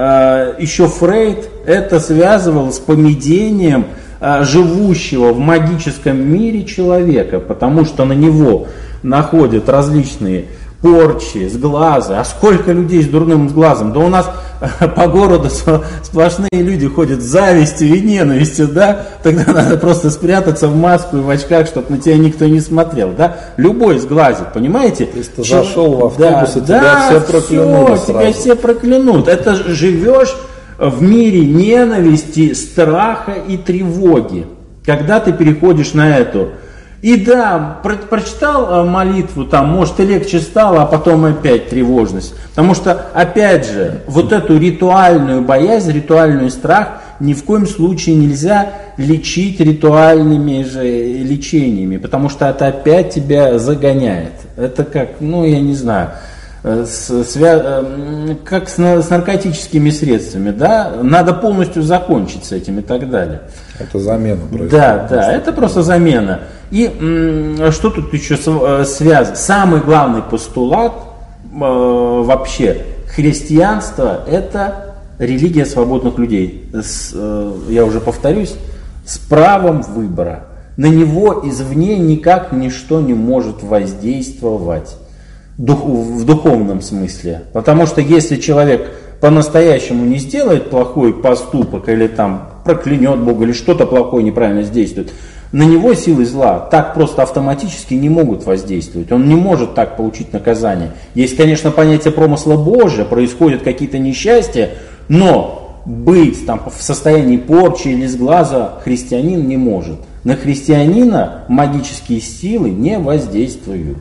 еще Фрейд это связывал с поведением живущего в магическом мире человека, потому что на него находят различные порчи, сглазы. А сколько людей с дурным глазом? Да у нас по городу сплошные люди ходят с завистью и ненавистью, да? Тогда надо просто спрятаться в маску и в очках, чтобы на тебя никто не смотрел, да? Любой сглазит, понимаете? Если ты зашел в автобус, да, и тебя да, все проклянут. Все, тебя все проклянут. Это живешь в мире ненависти, страха и тревоги. Когда ты переходишь на эту. И да, про, прочитал молитву, там, может, и легче стало, а потом опять тревожность. Потому что, опять же, вот эту ритуальную боязнь, ритуальный страх ни в коем случае нельзя лечить ритуальными же лечениями, потому что это опять тебя загоняет. Это как, ну, я не знаю, с, свя... как с, с наркотическими средствами, да, надо полностью закончить с этим и так далее. Это замена происходит. Да, да, это просто замена. И м, что тут еще связано? Самый главный постулат э, вообще христианства – это религия свободных людей. С, э, я уже повторюсь, с правом выбора. На него извне никак ничто не может воздействовать дух, в духовном смысле. Потому что если человек по-настоящему не сделает плохой поступок или там проклянет Бога или что-то плохое неправильно действует, на него силы зла так просто автоматически не могут воздействовать. Он не может так получить наказание. Есть, конечно, понятие промысла Божия, происходят какие-то несчастья, но быть там в состоянии порчи или сглаза христианин не может. На христианина магические силы не воздействуют.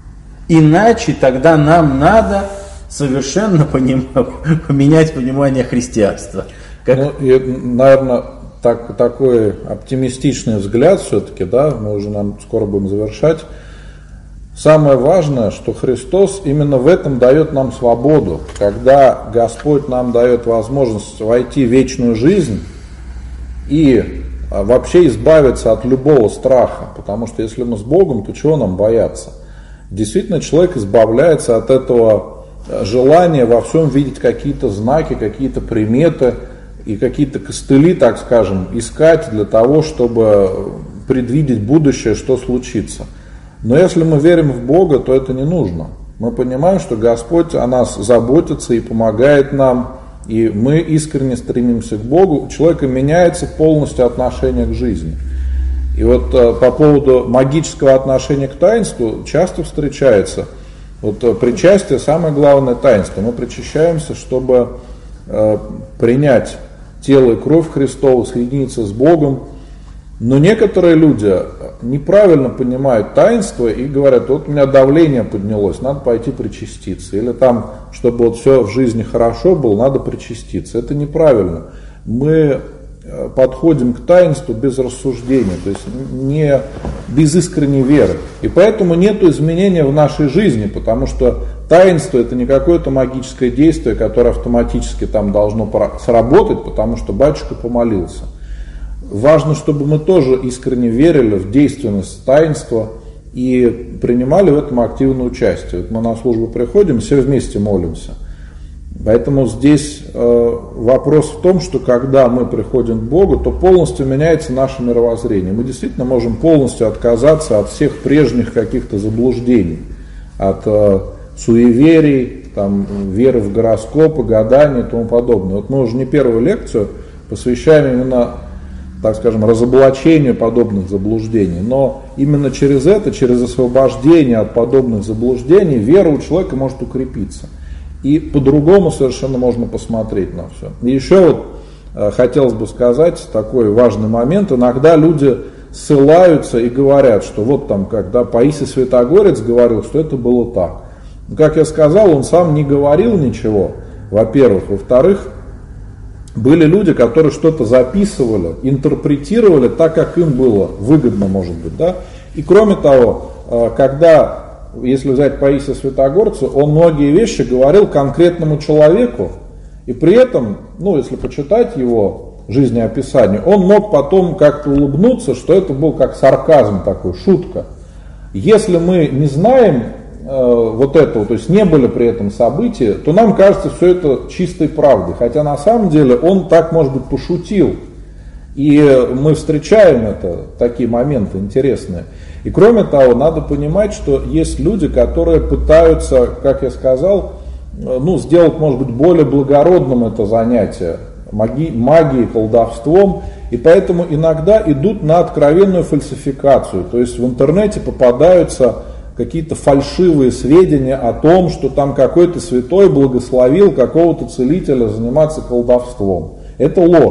Иначе тогда нам надо совершенно поним... поменять понимание христианства. Как... Ну, и, наверное, так, такой оптимистичный взгляд все-таки, да, мы уже нам скоро будем завершать. Самое важное, что Христос именно в этом дает нам свободу. Когда Господь нам дает возможность войти в вечную жизнь и вообще избавиться от любого страха. Потому что если мы с Богом, то чего нам бояться? Действительно, человек избавляется от этого желания во всем видеть какие-то знаки, какие-то приметы и какие-то костыли, так скажем, искать для того, чтобы предвидеть будущее, что случится. Но если мы верим в Бога, то это не нужно. Мы понимаем, что Господь о нас заботится и помогает нам, и мы искренне стремимся к Богу. У человека меняется полностью отношение к жизни. И вот по поводу магического отношения к таинству часто встречается. Вот причастие – самое главное таинство. Мы причащаемся, чтобы э, принять тело и кровь Христову, соединиться с Богом. Но некоторые люди неправильно понимают таинство и говорят: вот у меня давление поднялось, надо пойти причаститься. Или там, чтобы вот все в жизни хорошо было, надо причаститься. Это неправильно. Мы подходим к таинству без рассуждения, то есть не без искренней веры. И поэтому нет изменения в нашей жизни, потому что таинство — это не какое-то магическое действие, которое автоматически там должно сработать, потому что батюшка помолился. Важно, чтобы мы тоже искренне верили в действенность таинства и принимали в этом активное участие. Вот мы на службу приходим, все вместе молимся. Поэтому здесь э, вопрос в том, что когда мы приходим к Богу, то полностью меняется наше мировоззрение. Мы действительно можем полностью отказаться от всех прежних каких-то заблуждений, от э, суеверий, там, веры в гороскопы, гадания и тому подобное. Вот мы уже не первую лекцию посвящаем именно, так скажем, разоблачению подобных заблуждений. Но именно через это, через освобождение от подобных заблуждений, вера у человека может укрепиться. И по-другому совершенно можно посмотреть на все. И еще вот э, хотелось бы сказать такой важный момент. Иногда люди ссылаются и говорят, что вот там, когда Паисий Святогорец говорил, что это было так. Но, как я сказал, он сам не говорил ничего, во-первых. Во-вторых, были люди, которые что-то записывали, интерпретировали так, как им было выгодно, может быть. Да? И кроме того, э, когда... Если взять Паисия Святогорца, он многие вещи говорил конкретному человеку, и при этом, ну, если почитать его жизнеописание, он мог потом как-то улыбнуться, что это был как сарказм такой, шутка. Если мы не знаем э, вот этого, то есть не были при этом событии, то нам кажется все это чистой правдой, хотя на самом деле он так, может быть, пошутил. И мы встречаем это, такие моменты интересные. И кроме того, надо понимать, что есть люди, которые пытаются, как я сказал, ну, сделать, может быть, более благородным это занятие маги, магией, колдовством, и поэтому иногда идут на откровенную фальсификацию. То есть в интернете попадаются какие-то фальшивые сведения о том, что там какой-то святой благословил какого-то целителя заниматься колдовством. Это ложь.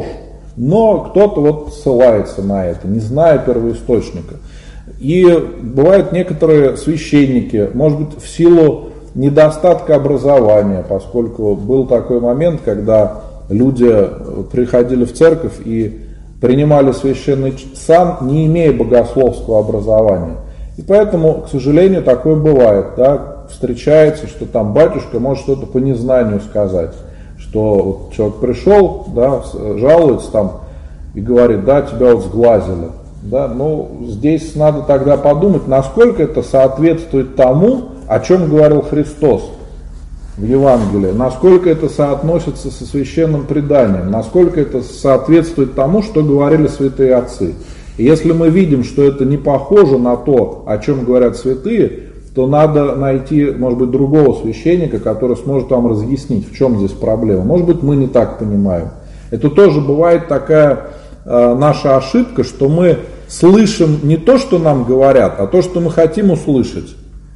Но кто-то вот ссылается на это, не зная первоисточника. И бывают некоторые священники, может быть, в силу недостатка образования, поскольку был такой момент, когда люди приходили в церковь и принимали священный сан, не имея богословского образования. И поэтому, к сожалению, такое бывает. Да? Встречается, что там батюшка может что-то по незнанию сказать. Что вот человек пришел, да, жалуется там и говорит, да, тебя вот сглазили. Да, ну, здесь надо тогда подумать, насколько это соответствует тому, о чем говорил Христос в Евангелии, насколько это соотносится со священным преданием, насколько это соответствует тому, что говорили святые отцы. И если мы видим, что это не похоже на то, о чем говорят святые, то надо найти, может быть, другого священника, который сможет вам разъяснить, в чем здесь проблема. Может быть, мы не так понимаем. Это тоже бывает такая э, наша ошибка, что мы слышим не то, что нам говорят, а то, что мы хотим услышать.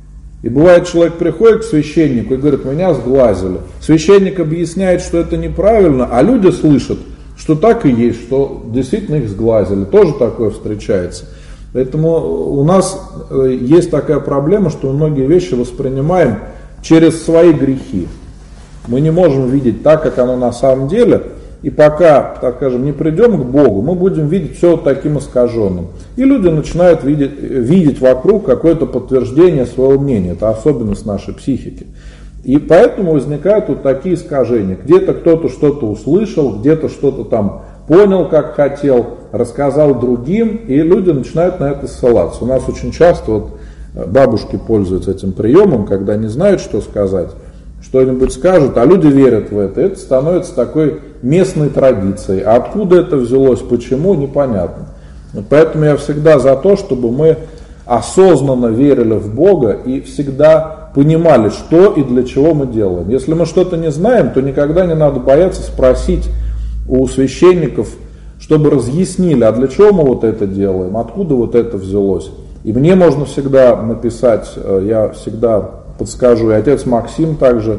И бывает, человек приходит к священнику и говорит, меня сглазили. Священник объясняет, что это неправильно, а люди слышат, что так и есть, что действительно их сглазили. Тоже такое встречается. Поэтому у нас есть такая проблема, что мы многие вещи воспринимаем через свои грехи. Мы не можем видеть так, как оно на самом деле. И пока, так скажем, не придем к Богу, мы будем видеть все вот таким искаженным. И люди начинают видеть, видеть вокруг какое-то подтверждение своего мнения. Это особенность нашей психики. И поэтому возникают вот такие искажения. Где-то кто-то что-то услышал, где-то что-то там понял, как хотел, рассказал другим, и люди начинают на это ссылаться. У нас очень часто вот бабушки пользуются этим приемом, когда не знают, что сказать, что-нибудь скажут, а люди верят в это. Это становится такой местной традицией. А откуда это взялось, почему, непонятно. Поэтому я всегда за то, чтобы мы осознанно верили в Бога и всегда понимали, что и для чего мы делаем. Если мы что-то не знаем, то никогда не надо бояться спросить у священников, чтобы разъяснили, а для чего мы вот это делаем, откуда вот это взялось. И мне можно всегда написать, я всегда подскажу, и отец Максим также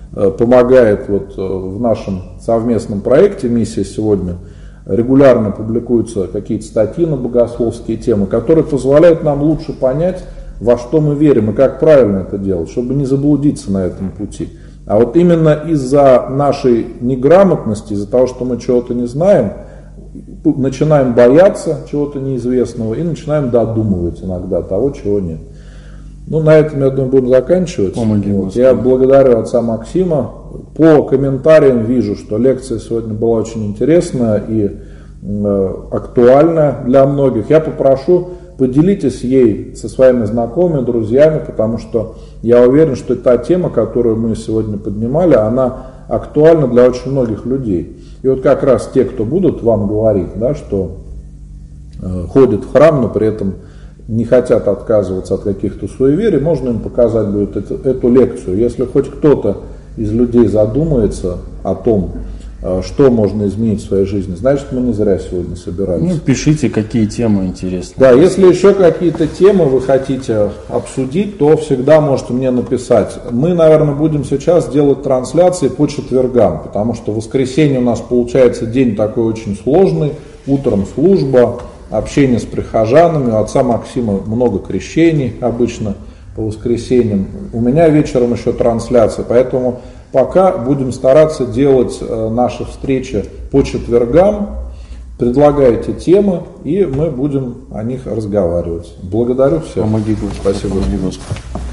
помогает вот в нашем совместном проекте «Миссия сегодня». Регулярно публикуются какие-то статьи на богословские темы, которые позволяют нам лучше понять, во что мы верим и как правильно это делать, чтобы не заблудиться на этом пути. А вот именно из-за нашей неграмотности, из-за того, что мы чего-то не знаем, начинаем бояться чего-то неизвестного и начинаем додумывать иногда того, чего нет. Ну, на этом, я думаю, будем заканчивать. Вот. Я благодарю отца Максима. По комментариям вижу, что лекция сегодня была очень интересная и э, актуальная для многих. Я попрошу, поделитесь ей со своими знакомыми, друзьями, потому что я уверен, что та тема, которую мы сегодня поднимали, она актуальна для очень многих людей. И вот как раз те, кто будут вам говорить, да, что э, ходят в храм, но при этом не хотят отказываться от каких-то суеверий, можно им показать будет эту, эту лекцию. Если хоть кто-то из людей задумается о том, что можно изменить в своей жизни, значит, мы не зря сегодня собирались. Ну, пишите, какие темы интересны. Да, если еще какие-то темы вы хотите обсудить, то всегда можете мне написать. Мы, наверное, будем сейчас делать трансляции по четвергам, потому что в воскресенье у нас получается день такой очень сложный. Утром служба, общение с прихожанами. У отца Максима много крещений обычно по воскресеньям. У меня вечером еще трансляция, поэтому пока будем стараться делать наши встречи по четвергам. Предлагайте темы, и мы будем о них разговаривать. Благодарю всех. Помоги, Господи. Спасибо. Помоги, Господи.